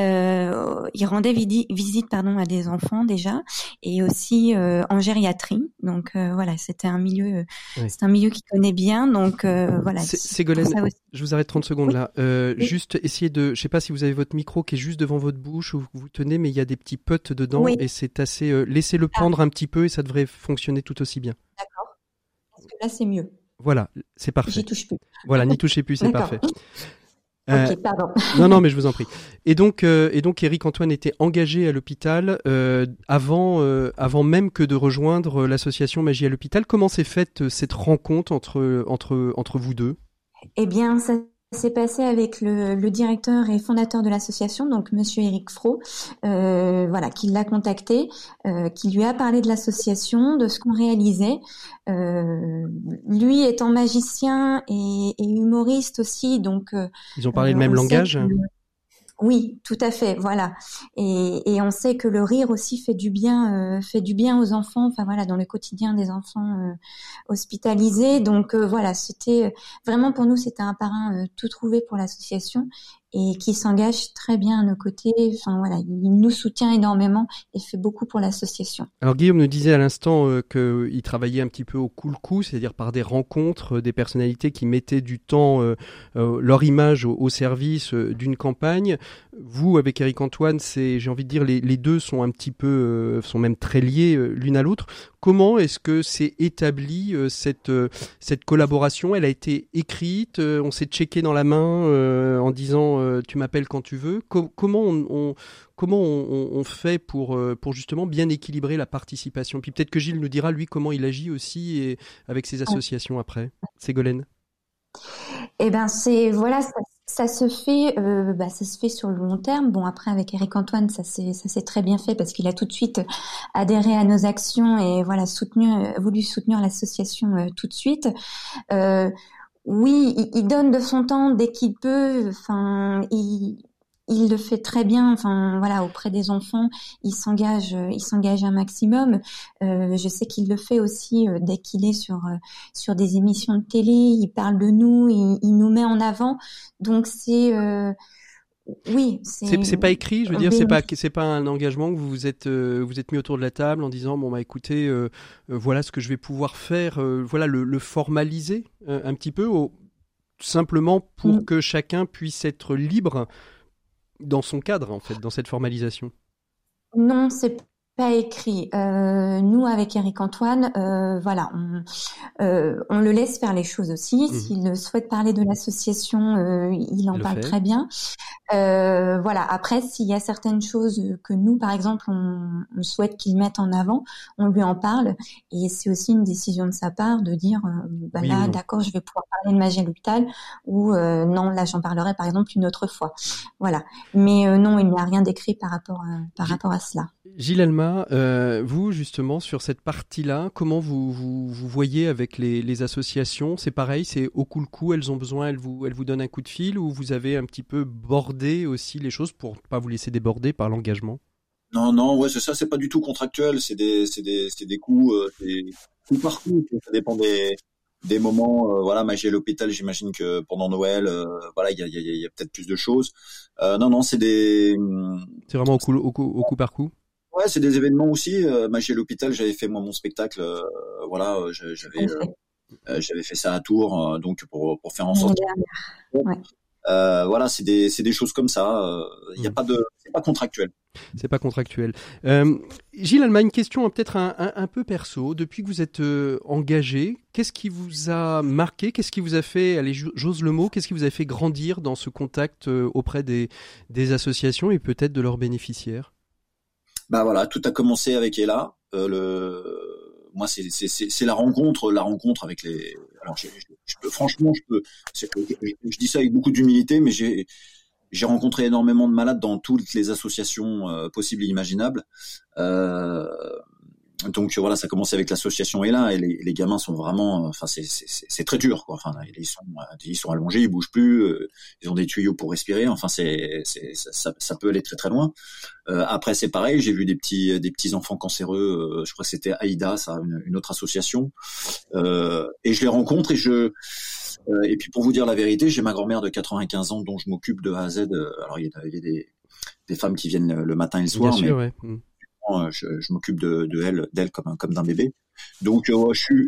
Euh, il rendait vidi- visite, pardon, à des enfants déjà, et aussi euh, en gériatrie. Donc euh, voilà, c'était un milieu, euh, oui. c'est un milieu qu'il connaît bien. Donc euh, voilà. C'est, Ségolène, je vous arrête trente secondes oui. là. Euh, oui. Juste essayer de, je sais pas si vous avez votre micro qui est juste devant votre bouche ou vous tenez, mais il y a des petits potes dedans oui. et c'est assez. Euh, laissez-le pendre ah. un petit peu et ça devrait fonctionner tout aussi bien. D'accord. Parce que là c'est mieux. Voilà, c'est parfait. J'y touche plus. Voilà, n'y touchez plus, c'est D'accord. parfait. Euh, ok, pardon. non, non, mais je vous en prie. Et donc, euh, et donc, Éric Antoine était engagé à l'hôpital euh, avant, euh, avant même que de rejoindre l'association Magie à l'hôpital. Comment s'est faite cette rencontre entre entre entre vous deux ? Eh bien, ça s'est passé avec le, le directeur et fondateur de l'association, donc Monsieur Éric Fro, euh, voilà, qui l'a contacté, euh, qui lui a parlé de l'association, de ce qu'on réalisait. Euh, lui étant magicien et, et humoriste aussi, donc euh, ils ont parlé euh, le même langage. Que... Oui, tout à fait, voilà. Et, et on sait que le rire aussi fait du bien, euh, fait du bien aux enfants. Enfin voilà, dans le quotidien des enfants euh, hospitalisés. Donc euh, voilà, c'était vraiment pour nous, c'était un parrain euh, tout trouvé pour l'association et qui s'engage très bien à nos côtés. Enfin voilà, il nous soutient énormément et fait beaucoup pour l'association. Alors Guillaume nous disait à l'instant euh, qu'il travaillait un petit peu au coup-le-coup, c'est-à-dire par des rencontres, euh, des personnalités qui mettaient du temps, euh, euh, leur image au, au service euh, d'une campagne. Vous, avec Éric Antoine, c'est, j'ai envie de dire, les, les deux sont un petit peu, euh, sont même très liés euh, l'une à l'autre. Comment est-ce que c'est établi euh, cette euh, cette collaboration ? Elle a été écrite, euh, on s'est checké dans la main euh, en disant euh, tu m'appelles quand tu veux. Com- comment on, on comment on, on fait pour euh, pour justement bien équilibrer la participation ? Puis peut-être que Gilles nous dira lui comment il agit aussi et avec ses associations après. Ségolène. Eh ben c'est voilà ça, ça se fait euh, bah ça se fait sur le long terme. Bon après avec Éric Antoine ça s'est ça s'est très bien fait parce qu'il a tout de suite adhéré à nos actions et voilà soutenu voulu soutenir l'association euh, tout de suite. Euh, oui, il, il donne de son temps dès qu'il peut. Enfin il Il le fait très bien, enfin voilà, auprès des enfants, il s'engage, il s'engage un maximum. Euh, je sais qu'il le fait aussi euh, dès qu'il est sur euh, sur des émissions de télé. Il parle de nous, il, il nous met en avant. Donc c'est euh, oui, c'est, c'est c'est pas écrit. Je veux dire, c'est pas c'est pas un engagement que vous vous êtes euh, vous êtes mis autour de la table en disant bon bah écoutez, euh, euh, voilà ce que je vais pouvoir faire. Euh, voilà le, le formaliser euh, un petit peu, au, simplement pour mmh. que chacun puisse être libre. Dans son cadre, en fait, dans cette formalisation. Non, c'est pas écrit. Euh, nous, avec Éric Antoine, euh, voilà, on, euh, on le laisse faire les choses aussi. Mmh. S'il souhaite parler de l'association, euh, il en il parle très bien. Euh, voilà. Après, s'il y a certaines choses que nous, par exemple, on, on souhaite qu'il mette en avant, on lui en parle. Et c'est aussi une décision de sa part de dire, euh, bah oui, là, d'accord, je vais pouvoir parler de Magie à l'hôpital, ou euh, non, là, j'en parlerai, par exemple, une autre fois. Voilà. Mais euh, non, il n'y a rien d'écrit par rapport à, par rapport à cela. Gilles Elma, euh, vous justement sur cette partie-là, comment vous vous, vous voyez avec les, les associations ? C'est pareil, c'est au coup le coup, elles ont besoin, elles vous elles vous donnent un coup de fil, ou vous avez un petit peu bordé aussi les choses pour pas vous laisser déborder par l'engagement ? Non, non, ouais, c'est ça, c'est pas du tout contractuel, c'est des, c'est des, c'est des coûts, euh, c'est coup par coup, ça dépend des, des moments. Euh, voilà, Magie à l'hôpital, j'imagine que pendant Noël, euh, voilà, il y a, il y a, il y a peut-être plus de choses. Euh, non, non, c'est des. C'est vraiment au coup, au coup, au coup par coup. Ouais, c'est des événements aussi. Euh, Magie à l'hôpital, j'avais fait moi mon spectacle. Euh, voilà, euh, j'avais, euh, euh, j'avais fait ça à Tours, euh, donc pour pour faire en sorte. Ouais. Euh, voilà, c'est des c'est des choses comme ça. Il euh, y a mmh. pas de, c'est pas contractuel. C'est pas contractuel. Euh, Gilles Alma, une question peut-être un, un, un peu perso. Depuis que vous êtes euh, engagé, qu'est-ce qui vous a marqué? Qu'est-ce qui vous a fait, allez, j'ose le mot, qu'est-ce qui vous a fait grandir dans ce contact euh, auprès des, des associations et peut-être de leurs bénéficiaires? Bah voilà, tout a commencé avec Ella. Euh, le... Moi, c'est, c'est, c'est, c'est la rencontre, la rencontre avec les. Alors, je, je, je peux, franchement, je peux. Je, je dis ça avec beaucoup d'humilité, mais j'ai. J'ai rencontré énormément de malades dans toutes les associations euh, possibles et imaginables. Euh, donc voilà, ça a commencé avec l'association Ella et les, les gamins sont vraiment, enfin c'est, c'est, c'est très dur quoi. Enfin ils sont, ils sont allongés, ils bougent plus, euh, ils ont des tuyaux pour respirer. Enfin c'est, c'est ça, ça peut aller très très loin. Euh, après c'est pareil, j'ai vu des petits des petits enfants cancéreux. Euh, je crois que c'était Aïda, ça, une, une autre association. Euh, et je les rencontre et je Euh, et puis pour vous dire la vérité, j'ai ma grand-mère de quatre-vingt-quinze ans dont je m'occupe de A à Z. Alors il y a, il y a des, des femmes qui viennent le matin et le soir, Bien mais sûr, ouais. je, je m'occupe de, de elle, d'elle comme comme d'un bébé. Donc euh, je suis,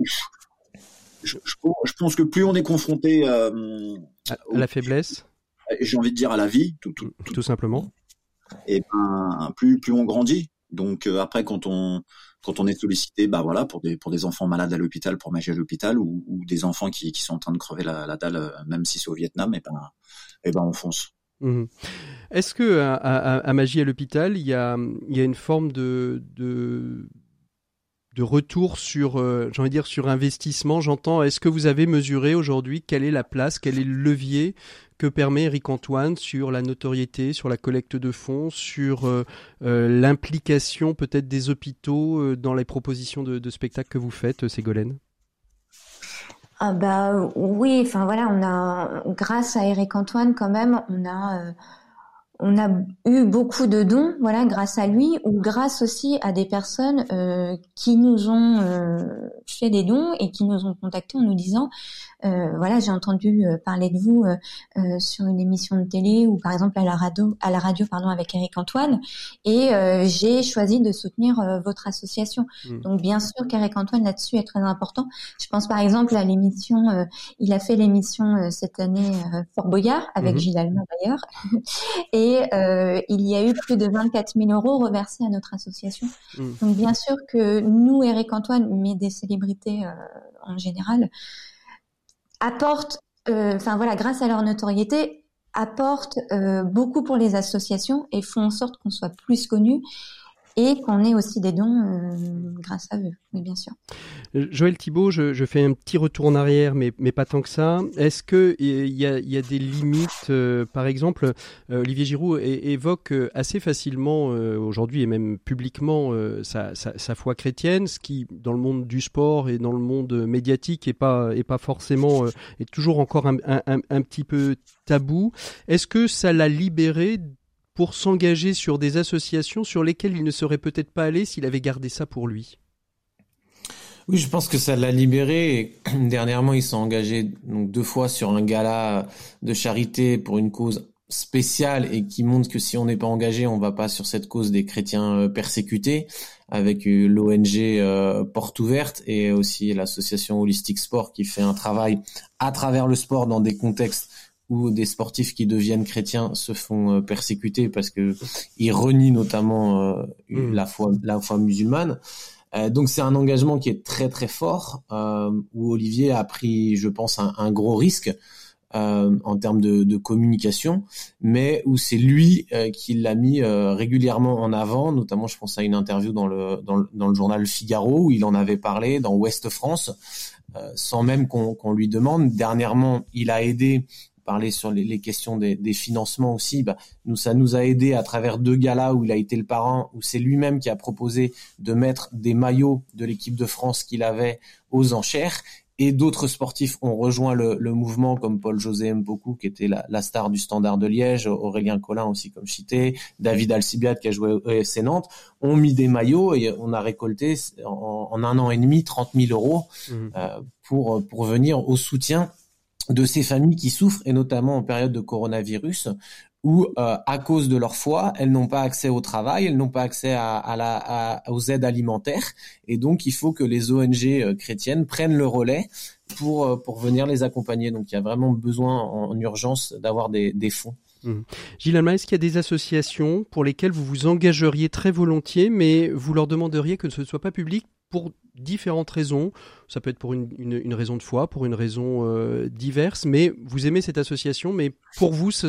je, je, je pense que plus on est confronté euh, à, à la faiblesse, j'ai envie de dire à la vie, tout tout, tout, tout simplement, et ben plus plus on grandit. Donc euh, après quand on quand on est sollicité, bah voilà, pour des pour des enfants malades à l'hôpital, pour Magie à l'hôpital, ou, ou des enfants qui qui sont en train de crever la, la dalle, même si c'est au Vietnam, et ben et ben on fonce. Mmh. Est-ce que à, à, à Magie à l'hôpital, il y a il y a une forme de de de retour sur, euh, j'ai envie de dire, sur investissement, j'entends. Est-ce que vous avez mesuré aujourd'hui quelle est la place, quel est le levier que permet Éric Antoine sur la notoriété, sur la collecte de fonds, sur euh, euh, l'implication peut-être des hôpitaux euh, dans les propositions de, de spectacles que vous faites, Ségolène? Ah bah oui, enfin voilà, on a, grâce à Éric Antoine quand même, on a euh, on a eu beaucoup de dons, voilà, grâce à lui, ou grâce aussi à des personnes euh, qui nous ont euh, fait des dons et qui nous ont contactés en nous disant, euh, voilà, j'ai entendu euh, parler de vous euh, euh, sur une émission de télé ou par exemple à la radio, à la radio pardon, avec Éric Antoine, et euh, j'ai choisi de soutenir euh, votre association. Mmh. Donc bien sûr qu'Éric Antoine là-dessus est très important. Je pense par exemple à l'émission, euh, il a fait l'émission euh, cette année euh, Fort Boyard avec mmh. Gilles Alma d'ailleurs. Et Et euh, il y a eu plus de vingt-quatre mille euros reversés à notre association. Mmh. Donc bien sûr que nous, Éric Antoine, mais des célébrités euh, en général, apportent, enfin euh, voilà, grâce à leur notoriété, apportent euh, beaucoup pour les associations et font en sorte qu'on soit plus connus et qu'on ait aussi des dons euh, grâce à eux, oui, bien sûr. Joël Thibault, je, je fais un petit retour en arrière, mais, mais pas tant que ça. Est-ce qu'il y a, y a des limites euh, par exemple, euh, Olivier Giroud é- évoque assez facilement, euh, aujourd'hui et même publiquement, euh, sa, sa, sa foi chrétienne, ce qui, dans le monde du sport et dans le monde médiatique, est pas, est pas forcément, euh, est toujours encore un, un, un, un petit peu tabou. Est-ce que ça l'a libéré pour s'engager sur des associations sur lesquelles il ne serait peut-être pas allé s'il avait gardé ça pour lui? Oui, je pense que ça l'a libéré. Et dernièrement, il s'est engagé donc deux fois sur un gala de charité pour une cause spéciale et qui montre que si on n'est pas engagé, on va pas sur cette cause des chrétiens persécutés, avec l'O N G euh, Porte Ouverte et aussi l'association Holistic Sport qui fait un travail à travers le sport dans des contextes où des sportifs qui deviennent chrétiens se font euh, persécuter parce que ils renient notamment euh, mmh. la foi la foi musulmane. Euh, donc c'est un engagement qui est très très fort euh, où Olivier a pris, je pense, un, un gros risque euh, en termes de, de communication, mais où c'est lui euh, qui l'a mis euh, régulièrement en avant. Notamment, je pense à une interview dans le dans le, dans le journal Figaro où il en avait parlé, dans Ouest France, euh, sans même qu'on, qu'on lui demande. Dernièrement, il a aidé. Parler sur les, les questions des, des financements aussi, bah, nous, ça nous a aidé à travers deux galas où il a été le parrain, où c'est lui-même qui a proposé de mettre des maillots de l'équipe de France qu'il avait aux enchères. et d'autres sportifs ont rejoint le, le mouvement, comme Paul-José Mpoku, qui était la, la star du Standard de Liège, Aurélien Collin aussi, comme cité, David Alcibiade, qui a joué au F C Nantes, ont mis des maillots et on a récolté en, en un an et demi trente mille euros mmh. euh, pour, pour venir au soutien de ces familles qui souffrent, et notamment en période de coronavirus, où euh, à cause de leur foi, elles n'ont pas accès au travail, elles n'ont pas accès à, à la, à, aux aides alimentaires, et donc il faut que les O N G euh, chrétiennes prennent le relais pour euh, pour venir les accompagner. Donc il y a vraiment besoin en, en urgence d'avoir des, des fonds. Mmh. Gilles Alma, est-ce qu'il y a des associations pour lesquelles vous vous engageriez très volontiers, mais vous leur demanderiez que ce ne soit pas public pour différentes raisons? Ça peut être pour une, une, une raison de foi, pour une raison euh, diverse, mais vous aimez cette association, mais pour vous, ce,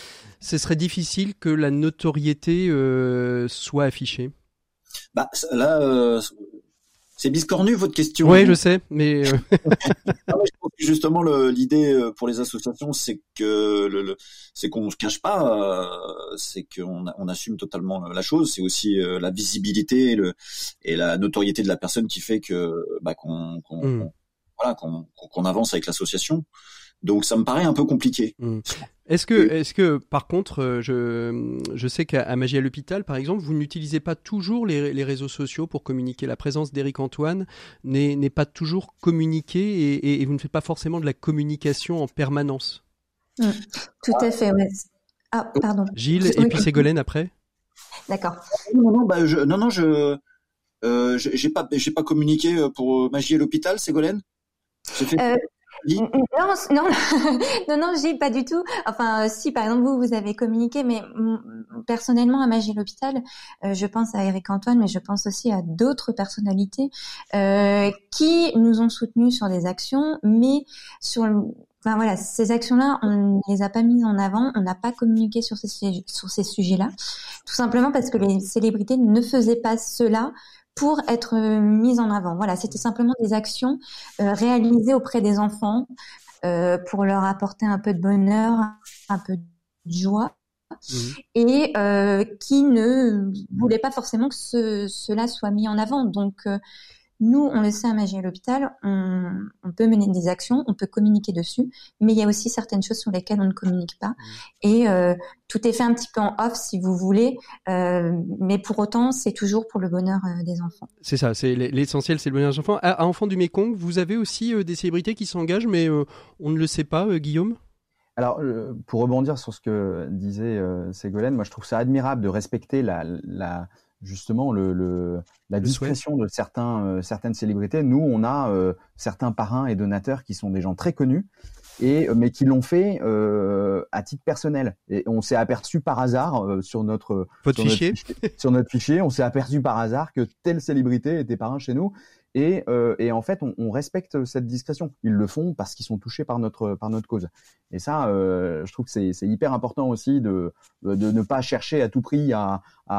ce serait difficile que la notoriété euh, soit affichée? Bah là, euh, c'est biscornu votre question. Oui, je sais, mais... Euh... ah ouais, je pense que justement, le, l'idée pour les associations, c'est que le, le, c'est qu'on ne se cache pas, euh, c'est qu'on on assume totalement la chose. C'est aussi euh, la visibilité et, le, et la notoriété de la personne qui fait que bah, qu'on, qu'on, mmh. qu'on, voilà, qu'on, qu'on avance avec l'association. Donc ça me paraît un peu compliqué. Mmh. Est-ce que, est-ce que, par contre, je, je sais qu'à Magie à l'hôpital, par exemple, vous n'utilisez pas toujours les, les réseaux sociaux pour communiquer. La présence d'Éric Antoine n'est, n'est pas toujours communiquée et, et, et vous ne faites pas forcément de la communication en permanence. Mmh. Tout à fait, ouais. Ah, pardon. Gilles, et oui. Puis Ségolène après. D'accord. Non, non, bah, je, non, non, je, euh, j'ai pas, j'ai pas communiqué pour Magie à l'hôpital, Ségolène. J'ai fait... Euh... Non, non, non, non, Gilles, pas du tout. Enfin, euh, si, par exemple, vous, vous avez communiqué, mais m- personnellement, à Magie à l'hôpital, euh, je pense à Éric Antoine, mais je pense aussi à d'autres personnalités euh, qui nous ont soutenus sur des actions, mais sur le... Enfin voilà, ces actions-là, on les a pas mises en avant, on n'a pas communiqué sur ces, sur ces sujets-là, tout simplement parce que les célébrités ne faisaient pas cela pour être mise en avant. Voilà, c'était simplement des actions euh, réalisées auprès des enfants euh, pour leur apporter un peu de bonheur, un peu de joie, mmh. et euh, qui ne voulaient pas forcément que ce, cela soit mis en avant. Donc, euh, nous, on le sait à Magie à l'hôpital, on, on peut mener des actions, on peut communiquer dessus, mais il y a aussi certaines choses sur lesquelles on ne communique pas. Mmh. Et euh, tout est fait un petit peu en off, si vous voulez, euh, mais pour autant, c'est toujours pour le bonheur euh, des enfants. C'est ça, c'est l'essentiel, c'est le bonheur des enfants. À, à Enfants du Mékong, vous avez aussi euh, des célébrités qui s'engagent, mais euh, on ne le sait pas, euh, Guillaume ? Alors, euh, pour rebondir sur ce que disait euh, Ségolène, moi je trouve ça admirable de respecter la... la justement le, le la le discrétion souhait. de certains euh, certaines célébrités. Nous, on a euh, certains parrains et donateurs qui sont des gens très connus, et mais qui l'ont fait euh, à titre personnel. Et on s'est aperçu par hasard euh, sur notre Votre sur fichier. Notre fichier sur notre fichier, on s'est aperçu par hasard que telle célébrité était parrain chez nous. Et, euh, et en fait, on, on respecte cette discrétion. Ils le font parce qu'ils sont touchés par notre par notre cause. Et ça, euh, je trouve que c'est, c'est hyper important aussi de de ne pas chercher à tout prix à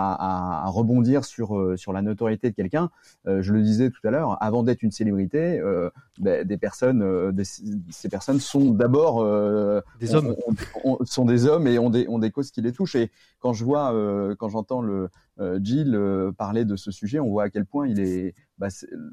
à, à rebondir sur sur la notoriété de quelqu'un. Euh, je le disais tout à l'heure, avant d'être une célébrité, euh, bah, des personnes, euh, des, ces personnes sont d'abord euh, des hommes, on, on, sont des hommes et ont des ont des causes qui les touchent. Et quand je vois, euh, quand j'entends le euh, Gilles euh, parler de ce sujet, on voit à quel point il est Bah,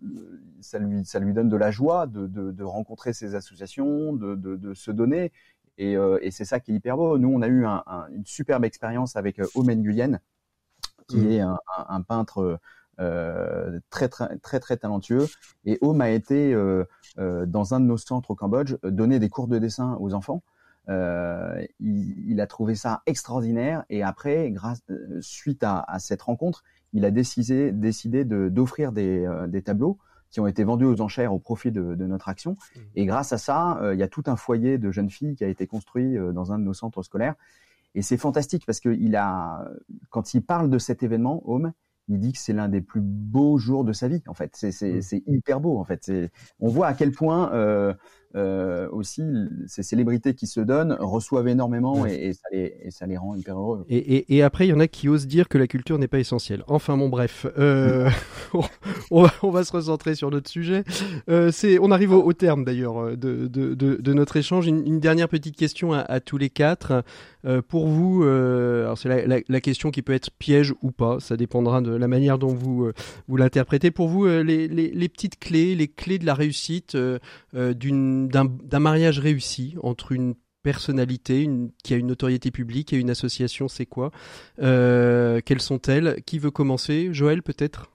ça lui ça lui donne de la joie de de, de rencontrer ces associations, de de, de se donner, et, euh, et c'est ça qui est hyper beau. Nous, on a eu un, un, une superbe expérience avec euh, Omen Nguyen, qui mmh. est un, un, un peintre euh, très très très très talentueux, et Om a été euh, euh, dans un de nos centres au Cambodge donner des cours de dessin aux enfants. Euh, il, il a trouvé ça extraordinaire, et après, grâce euh, suite à, à cette rencontre, il a décidé, décidé de, d'offrir des, euh, des tableaux qui ont été vendus aux enchères au profit de, de notre action. Mmh. Et grâce à ça, euh, il y a tout un foyer de jeunes filles qui a été construit euh, dans un de nos centres scolaires. Et c'est fantastique parce que il a, quand il parle de cet événement, Om, il dit que c'est l'un des plus beaux jours de sa vie. En fait, c'est, c'est, mmh. c'est hyper beau. En fait, c'est, on voit à quel point euh, euh, aussi, ces célébrités qui se donnent reçoivent énormément et, et, ça, les, et ça les rend hyper heureux. Et, et, et après, il y en a qui osent dire que la culture n'est pas essentielle. Enfin bon, bref, euh, on, va, on va se recentrer sur notre sujet. Euh, c'est, on arrive au, au terme d'ailleurs de, de, de, de notre échange. Une, une dernière petite question à, à tous les quatre. Euh, pour vous, euh, alors c'est la, la, la question qui peut être piège ou pas, ça dépendra de la manière dont vous, euh, vous l'interprétez. Pour vous, euh, les, les, les petites clés, les clés de la réussite euh, euh, d'une, d'un, d'un mariage réussi entre une personnalité une, qui a une notoriété publique et une association, c'est quoi euh, Quelles sont-elles? Qui veut commencer? Joël, peut-être?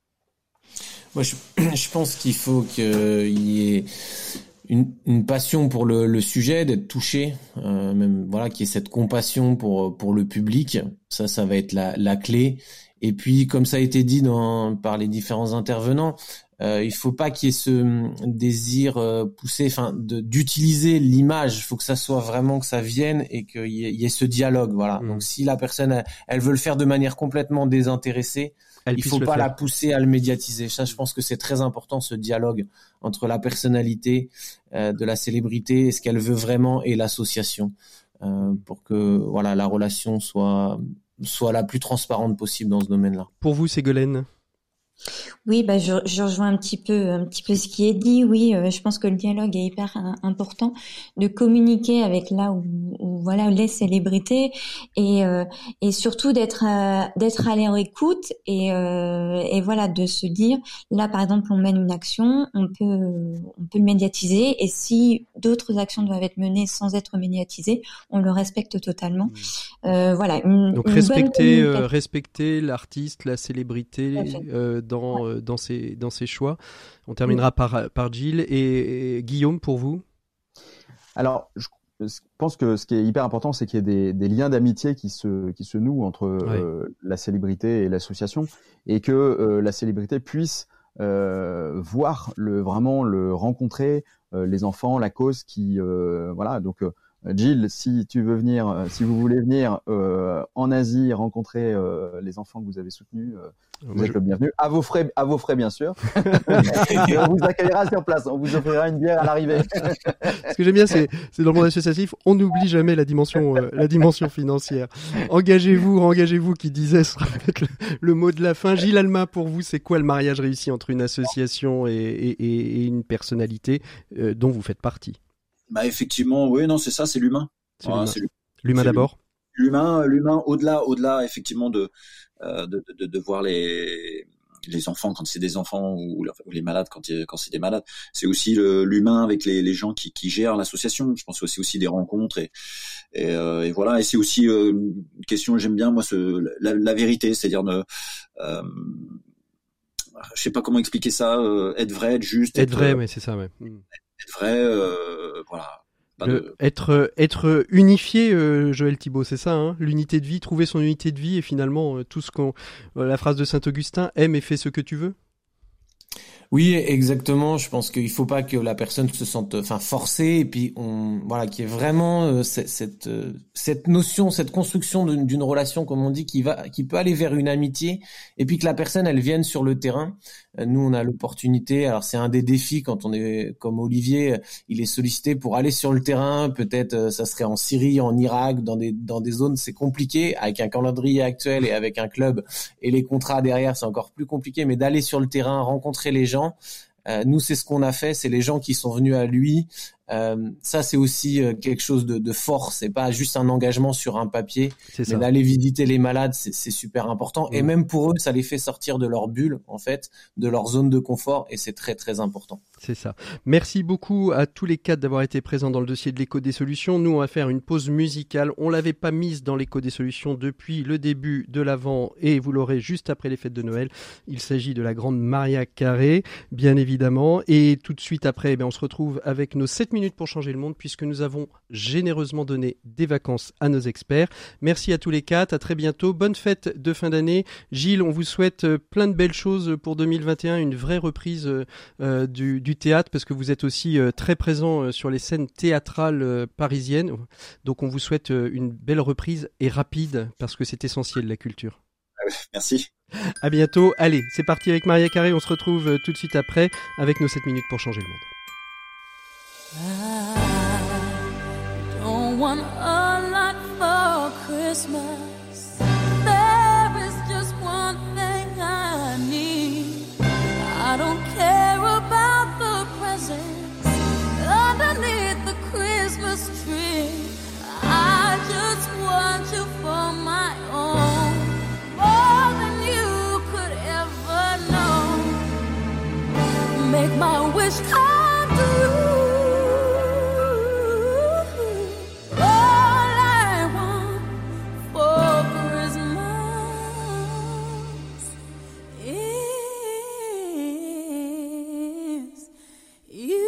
Moi, je, je pense qu'il faut qu'il y ait une, une passion pour le, le sujet, d'être touché, euh, même voilà, qu'il y ait cette compassion pour pour le public. Ça, ça va être la, la clé. Et puis, comme ça a été dit dans, par les différents intervenants, euh, il faut pas qu'il y ait ce désir euh, poussé, enfin, de, d'utiliser l'image. Il faut que ça soit vraiment que ça vienne et qu'il y ait, il y ait ce dialogue. Voilà. Mmh. Donc, si la personne, elle, elle veut le faire de manière complètement désintéressée, elle il faut pas la pousser à le médiatiser. Ça, je pense que c'est très important, ce dialogue entre la personnalité euh, de la célébrité et ce qu'elle veut vraiment et l'association, euh, pour que voilà la relation soit soit la plus transparente possible dans ce domaine-là. Pour vous, Ségolène? Oui, bah je, je rejoins un petit peu, un petit peu ce qui est dit. Oui, euh, je pense que le dialogue est hyper euh, important, de communiquer avec là où, où voilà les célébrités et euh, et surtout d'être à, d'être à leur écoute et euh, et voilà de se dire là par exemple on mène une action, on peut on peut le médiatiser et si d'autres actions doivent être menées sans être médiatisées, on le respecte totalement. Mmh. Euh, voilà. Une, Donc une respecter euh, respecter l'artiste, la célébrité. Euh, dans, ouais. euh, dans, ses, dans ses choix. On terminera oui. par, par Gilles. Et, et Guillaume, pour vous? Alors, je pense que ce qui est hyper important, c'est qu'il y ait des, des liens d'amitié qui se, qui se nouent entre ouais. euh, la célébrité et l'association et que euh, la célébrité puisse euh, voir le, vraiment le rencontrer, euh, les enfants, la cause qui... Euh, voilà, donc... Euh, Gilles, si tu veux venir, si vous voulez venir euh, en Asie rencontrer euh, les enfants que vous avez soutenus, euh, vous Moi êtes je... le bienvenu. À vos frais, à vos frais bien sûr. Et on vous accueillera sur place. On vous offrira une bière à l'arrivée. Ce que j'aime bien, c'est, c'est dans le monde associatif, on n'oublie jamais la dimension, euh, la dimension financière. Engagez-vous, engagez-vous, qui disait sera peut-être le, le mot de la fin. Gilles Alma, pour vous, c'est quoi le mariage réussi entre une association et, et, et une personnalité euh, dont vous faites partie? Bah effectivement, oui, non, c'est ça, c'est l'humain. C'est l'humain, c'est l'humain. l'humain d'abord. L'humain, l'humain, au-delà, au-delà, effectivement, de euh, de, de de voir les les enfants quand c'est des enfants ou, ou les malades quand quand c'est des malades. C'est aussi le, l'humain avec les les gens qui qui gèrent l'association. Je pense que c'est aussi des rencontres et et, euh, et voilà. Et c'est aussi euh, une question. J'aime bien moi ce la, la vérité, c'est-à-dire ne euh, je sais pas comment expliquer ça. Euh, être vrai, être juste. Être, être vrai, mais c'est ça, ouais. Être vrai, euh, voilà. Le, de... Être être unifié, euh, Joël Thibault, c'est ça, hein, l'unité de vie, trouver son unité de vie et finalement euh, tout ce qu'on, euh, la phrase de Saint Augustin, aime et fais ce que tu veux. Oui, exactement. Je pense qu'il faut pas que la personne se sente, enfin, forcée, et puis on, voilà, qu'il y ait vraiment euh, cette cette, euh, cette notion, cette construction d'une, d'une relation, comme on dit, qui va, qui peut aller vers une amitié, et puis que la personne, elle vienne sur le terrain. Euh, nous, on a l'opportunité. Alors, c'est un des défis quand on est comme Olivier, il est sollicité pour aller sur le terrain. Peut-être, euh, ça serait en Syrie, en Irak, dans des dans des zones, c'est compliqué avec un calendrier actuel et avec un club et les contrats derrière, c'est encore plus compliqué. Mais d'aller sur le terrain, rencontrer les gens. Euh, nous, c'est ce qu'on a fait, c'est les gens qui sont venus à lui. Euh, ça, c'est aussi euh, quelque chose de, de fort. C'est pas juste un engagement sur un papier, c'est mais ça. D'aller visiter les malades, c'est, c'est super important. Mmh. Et même pour eux, ça les fait sortir de leur bulle, en fait, de leur zone de confort, et c'est très très important. C'est ça. Merci beaucoup à tous les quatre d'avoir été présents dans le dossier de l'écho des solutions. Nous, on va faire une pause musicale. On l'avait pas mise dans l'écho des solutions depuis le début de l'Avent, et vous l'aurez juste après les fêtes de Noël. Il s'agit de la grande Maria Carey, bien évidemment. Et tout de suite après, eh bien, on se retrouve avec nos sept minutes pour changer le monde, puisque nous avons généreusement donné des vacances à nos experts. Merci à tous les quatre, à très bientôt. Bonne fête de fin d'année. Gilles, on vous souhaite plein de belles choses pour deux mille vingt et un, une vraie reprise euh, du, du théâtre, parce que vous êtes aussi euh, très présent euh, sur les scènes théâtrales euh, parisiennes. Donc on vous souhaite euh, une belle reprise et rapide, parce que c'est essentiel, la culture. Merci. À bientôt. Allez, c'est parti avec Maria Carey. On se retrouve euh, tout de suite après avec nos sept minutes pour changer le monde. I don't want a lot for Christmas. There is just one thing I need. I don't care about the presents underneath the Christmas tree. I just want you for my own, more than you could ever know. Make my wish come true. All I want for Christmas is you.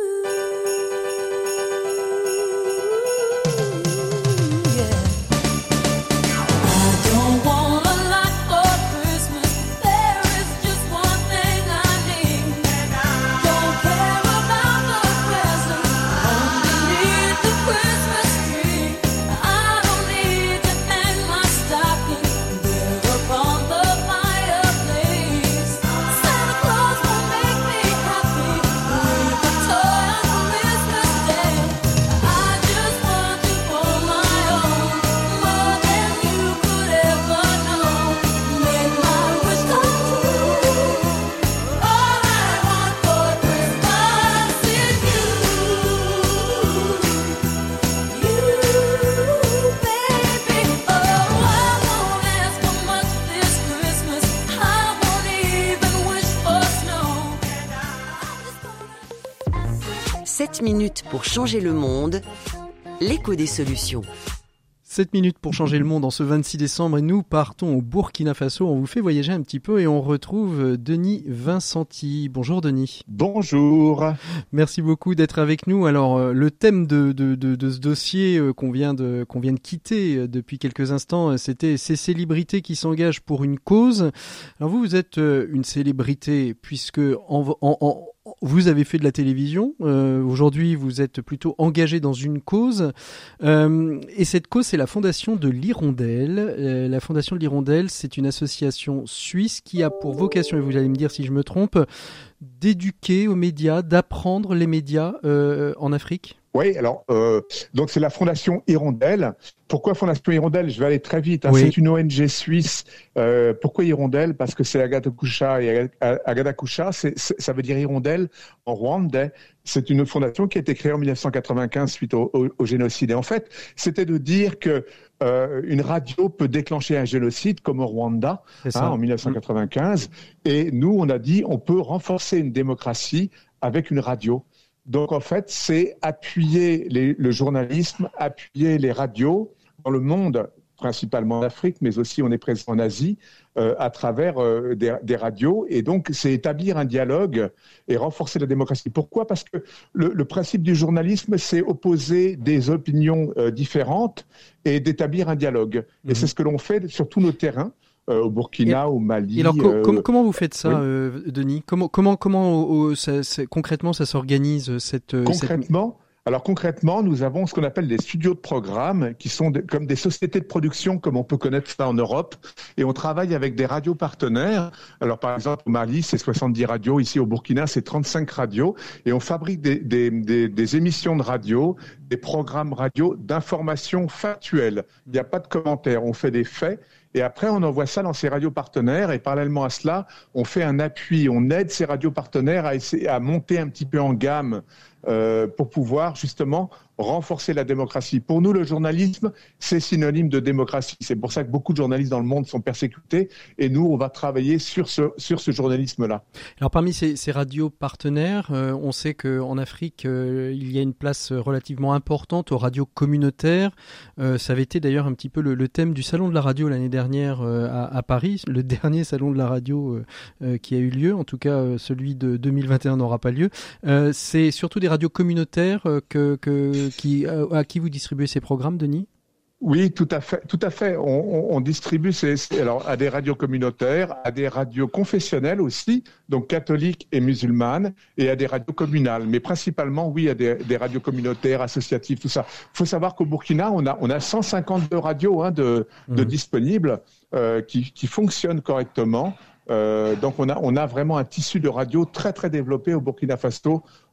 sept minutes pour changer le monde, l'écho des solutions. sept minutes pour changer le monde en ce vingt-six décembre et nous partons au Burkina Faso. On vous fait voyager un petit peu et on retrouve Denis Vincenti. Bonjour Denis. Bonjour. Merci beaucoup d'être avec nous. Alors le thème de, de, de, de ce dossier qu'on vient de, qu'on vient de quitter depuis quelques instants, c'était ces célébrités qui s'engagent pour une cause. Alors vous, vous êtes une célébrité puisque en, en, en vous avez fait de la télévision, euh, aujourd'hui vous êtes plutôt engagé dans une cause, euh, et cette cause c'est la fondation de l'Hirondelle. Euh, la fondation de l'Hirondelle, c'est une association suisse qui a pour vocation, et vous allez me dire si je me trompe, d'éduquer aux médias, d'apprendre les médias euh, en Afrique. Oui, alors euh, donc c'est la Fondation Hirondelle. Pourquoi Fondation Hirondelle? Je vais aller très vite. Hein. Oui. C'est une O N G suisse. Euh, pourquoi Hirondelle? Parce que c'est Agatakoucha et Agatakoucha, c'est, c'est, ça veut dire hirondelle en rwandais. C'est une fondation qui a été créée en dix-neuf cent quatre-vingt-quinze suite au, au, au génocide. Et en fait, c'était de dire que euh, une radio peut déclencher un génocide comme au Rwanda hein, en dix-neuf cent quatre-vingt-quinze. Et nous, on a dit on peut renforcer une démocratie avec une radio. Donc, en fait, c'est appuyer les, le journalisme, appuyer les radios dans le monde, principalement en Afrique, mais aussi on est présent en Asie, euh, à travers euh, des, des radios. Et donc, c'est établir un dialogue et renforcer la démocratie. Pourquoi? Parce que le, le principe du journalisme, c'est opposer des opinions euh, différentes et d'établir un dialogue. Mmh. Et c'est ce que l'on fait sur tous nos terrains. Euh, au Burkina, et, au Mali. Et alors, co- euh, com- comment vous faites ça, oui. euh, Denis? Comment, comment, comment, euh, ça, ça, concrètement, ça s'organise cette concrètement cette... Alors concrètement, nous avons ce qu'on appelle des studios de programme qui sont de, comme des sociétés de production, comme on peut connaître ça en Europe, et on travaille avec des radios partenaires. Alors par exemple au Mali, c'est soixante-dix radios, ici au Burkina, c'est trente-cinq radios, et on fabrique des, des, des, des émissions de radio, des programmes radio d'information factuelle. Il n'y a pas de commentaires, on fait des faits. Et après, on envoie ça dans ces radios partenaires et parallèlement à cela, on fait un appui, on aide ces radios partenaires à essayer à monter un petit peu en gamme euh, pour pouvoir justement renforcer la démocratie. Pour nous, le journalisme, c'est synonyme de démocratie. C'est pour ça que beaucoup de journalistes dans le monde sont persécutés et nous, on va travailler sur ce, sur ce journalisme-là. Alors parmi ces, ces radios partenaires, euh, on sait qu'en Afrique, euh, il y a une place relativement importante aux radios communautaires. Euh, ça avait été d'ailleurs un petit peu le, le thème du Salon de la radio l'année dernière euh, à, à Paris, le dernier Salon de la radio euh, euh, qui a eu lieu, en tout cas euh, celui de deux mille vingt et un n'aura pas lieu. Euh, c'est surtout des radios communautaires euh, que... que Qui, à qui vous distribuez ces programmes, Denis? Oui, tout à fait, tout à fait. On, on, on distribue ces, ces, alors à des radios communautaires, à des radios confessionnelles aussi, donc catholiques et musulmanes, et à des radios communales. Mais principalement, oui, à des, des radios communautaires, associatives, tout ça. Il faut savoir qu'au Burkina, on a, on a cent cinquante-deux radios hein, de, mmh. de disponibles euh, qui, qui fonctionnent correctement. Euh, donc on a, on a vraiment un tissu de radio très très développé au Burkina Faso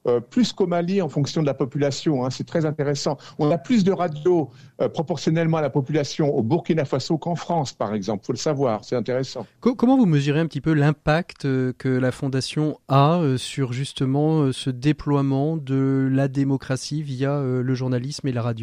euh, plus qu'au Mali en fonction de la population. Hein, c'est très intéressant. On a plus de radios euh, proportionnellement à la population au Burkina Faso qu'en France, par exemple. Il faut le savoir, c'est intéressant. Comment vous mesurez un petit peu l'impact que la Fondation a sur justement ce déploiement de la démocratie via le journalisme et la radio ?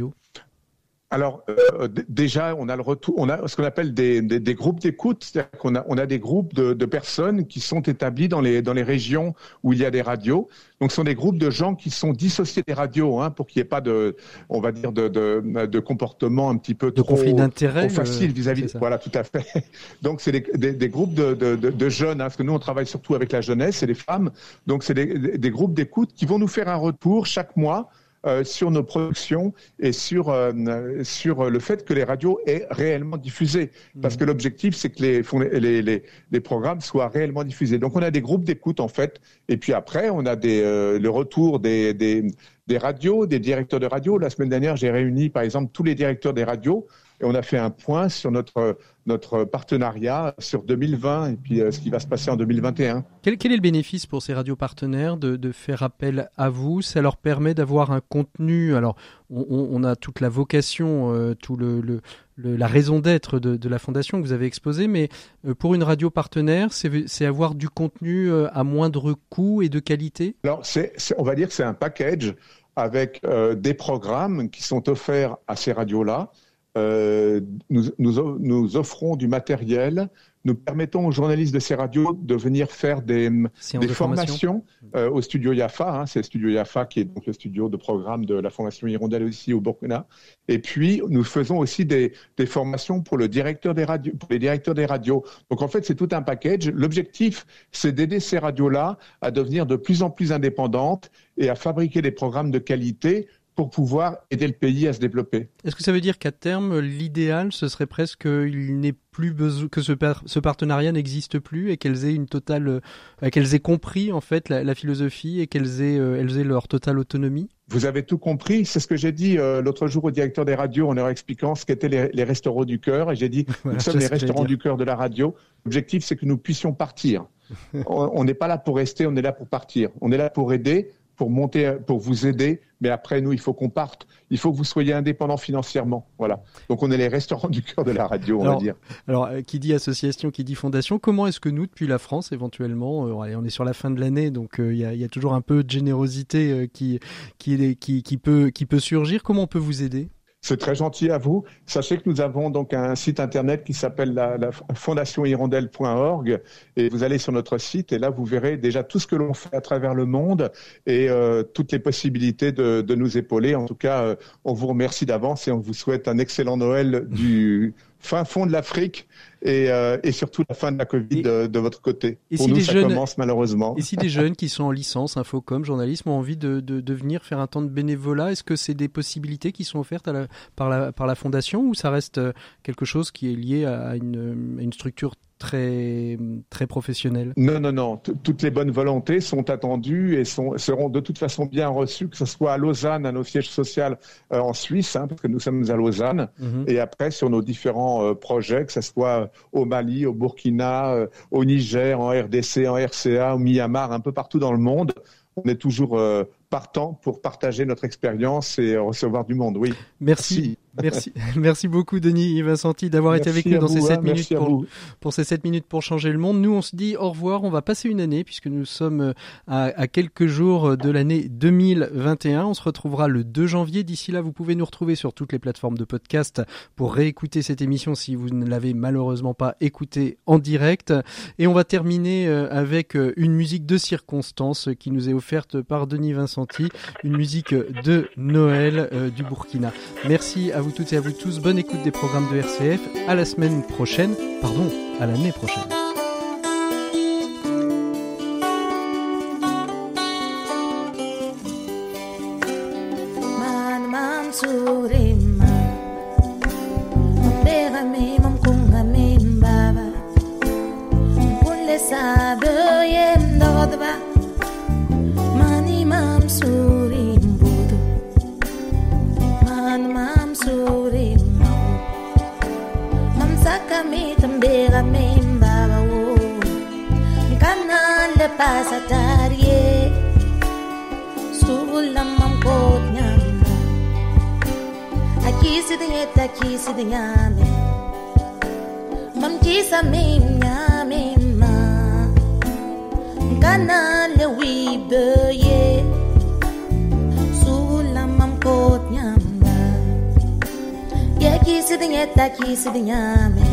Alors euh, d- déjà, on a le retour, on a ce qu'on appelle des, des, des groupes d'écoute, c'est-à-dire qu'on a, on a des groupes de, de personnes qui sont établis dans les dans les régions où il y a des radios. Donc, ce sont des groupes de gens qui sont dissociés des radios, hein, pour qu'il n'y ait pas de, on va dire, de de, de comportement un petit peu de trop, conflit d'intérêts, trop facile euh, vis-à-vis. De, voilà, tout à fait. Donc, c'est des, des, des groupes de, de, de, de jeunes, hein, parce que nous, on travaille surtout avec la jeunesse et les femmes. Donc, c'est des, des groupes d'écoute qui vont nous faire un retour chaque mois. Euh, sur nos productions et sur euh, sur le fait que les radios aient réellement diffusé, parce que l'objectif c'est que les, les les les programmes soient réellement diffusés. Donc on a des groupes d'écoute en fait, et puis après on a des euh, le retour des des des radios, des directeurs de radio. La semaine dernière j'ai réuni par exemple tous les directeurs des radios et on a fait un point sur notre notre partenariat sur deux mille vingt et puis euh, ce qui va se passer en deux mille vingt et un. Quel, quel est le bénéfice pour ces radios partenaires de, de faire appel à vous ? Ça leur permet d'avoir un contenu. Alors, on, on a toute la vocation, euh, tout le, le, le la raison d'être de, de la fondation que vous avez exposée, mais euh, pour une radio partenaire, c'est, c'est avoir du contenu euh, à moindre coût et de qualité ? Alors, c'est, c'est, on va dire que c'est un package avec euh, des programmes qui sont offerts à ces radios-là. Euh, nous, nous, nous offrons du matériel, nous permettons aux journalistes de ces radios de venir faire des, des de formations euh, au studio Yafa, hein, c'est le studio Yafa qui est donc le studio de programme de la Fondation Hirondelle ici au Burkina. Et puis nous faisons aussi des, des formations pour le directeur des radios, pour les directeurs des radios. Donc en fait c'est tout un package. L'objectif c'est d'aider ces radios-là à devenir de plus en plus indépendantes et à fabriquer des programmes de qualité pour pouvoir aider le pays à se développer. Est-ce que ça veut dire qu'à terme, l'idéal, ce serait presque qu'il n'ait plus besoin, que ce, par, ce partenariat n'existe plus et qu'elles aient une totale, euh, qu'elles aient compris en fait la, la philosophie et qu'elles aient, euh, elles aient leur totale autonomie ? Vous avez tout compris. C'est ce que j'ai dit euh, l'autre jour au directeur des radios en leur expliquant ce qu'étaient les, les restaurants du cœur. Et j'ai dit, voilà, nous sommes les restaurants du cœur de la radio. L'objectif, c'est que nous puissions partir. On n'est pas là pour rester, on est là pour partir. On est là pour aider, pour monter, pour vous aider. Mais après, nous, il faut qu'on parte. Il faut que vous soyez indépendants financièrement. Voilà. Donc, on est les restaurants du cœur de la radio, on alors, va dire. Alors, qui dit association, qui dit fondation, comment est-ce que nous, depuis la France, éventuellement, euh, allez, on est sur la fin de l'année, donc il euh, y, y a toujours un peu de générosité euh, qui, qui, qui, qui, peut, qui peut surgir. Comment on peut vous aider ? C'est très gentil à vous. Sachez que nous avons donc un site internet qui s'appelle la, la fondation hirondelle point org et vous allez sur notre site et là vous verrez déjà tout ce que l'on fait à travers le monde et euh, toutes les possibilités de, de nous épauler. En tout cas, euh, on vous remercie d'avance et on vous souhaite un excellent Noël du fin fond de l'Afrique et, euh, et surtout la fin de la Covid de, de votre côté. Et Pour si nous, les ça jeunes, commence malheureusement. Et si des jeunes qui sont en licence, infocom, journalisme, ont envie de, de, de venir faire un temps de bénévolat, est-ce que c'est des possibilités qui sont offertes à la, par, la, par la Fondation ou ça reste quelque chose qui est lié à une, à une structure très très professionnel? Non, non, non. Toutes les bonnes volontés sont attendues et sont, seront de toute façon bien reçues, que ce soit à Lausanne, à nos sièges sociaux euh, en Suisse, hein, parce que nous sommes à Lausanne, mm-hmm. et après sur nos différents euh, projets, que ce soit au Mali, au Burkina, euh, au Niger, en R D C, en R C A, au Myanmar, un peu partout dans le monde. On est toujours euh, partant pour partager notre expérience et recevoir du monde, oui. Merci. Merci, merci beaucoup Denis Vincenti d'avoir merci été avec nous dans vous, ces sept hein, minutes pour, pour ces sept minutes pour changer le monde. Nous on se dit au revoir, on va passer une année puisque nous sommes à, à quelques jours de l'année deux mille vingt et un. On se retrouvera le deux janvier. D'ici là, vous pouvez nous retrouver sur toutes les plateformes de podcast pour réécouter cette émission si vous ne l'avez malheureusement pas écoutée en direct. Et on va terminer avec une musique de circonstance qui nous est offerte par Denis Vincenti, une musique de Noël euh, du Burkina. Merci à vous toutes et à vous tous. Bonne écoute des programmes de R C F. À la semaine prochaine. Pardon, à l'année prochaine. Kami tambera memba wo kanan le pasatarie kisi dinye ta kisi dinyame mam kisa minyame ma kana le wibe ye sula mam kot nyamba ye kisi dinye ta kisi dinyame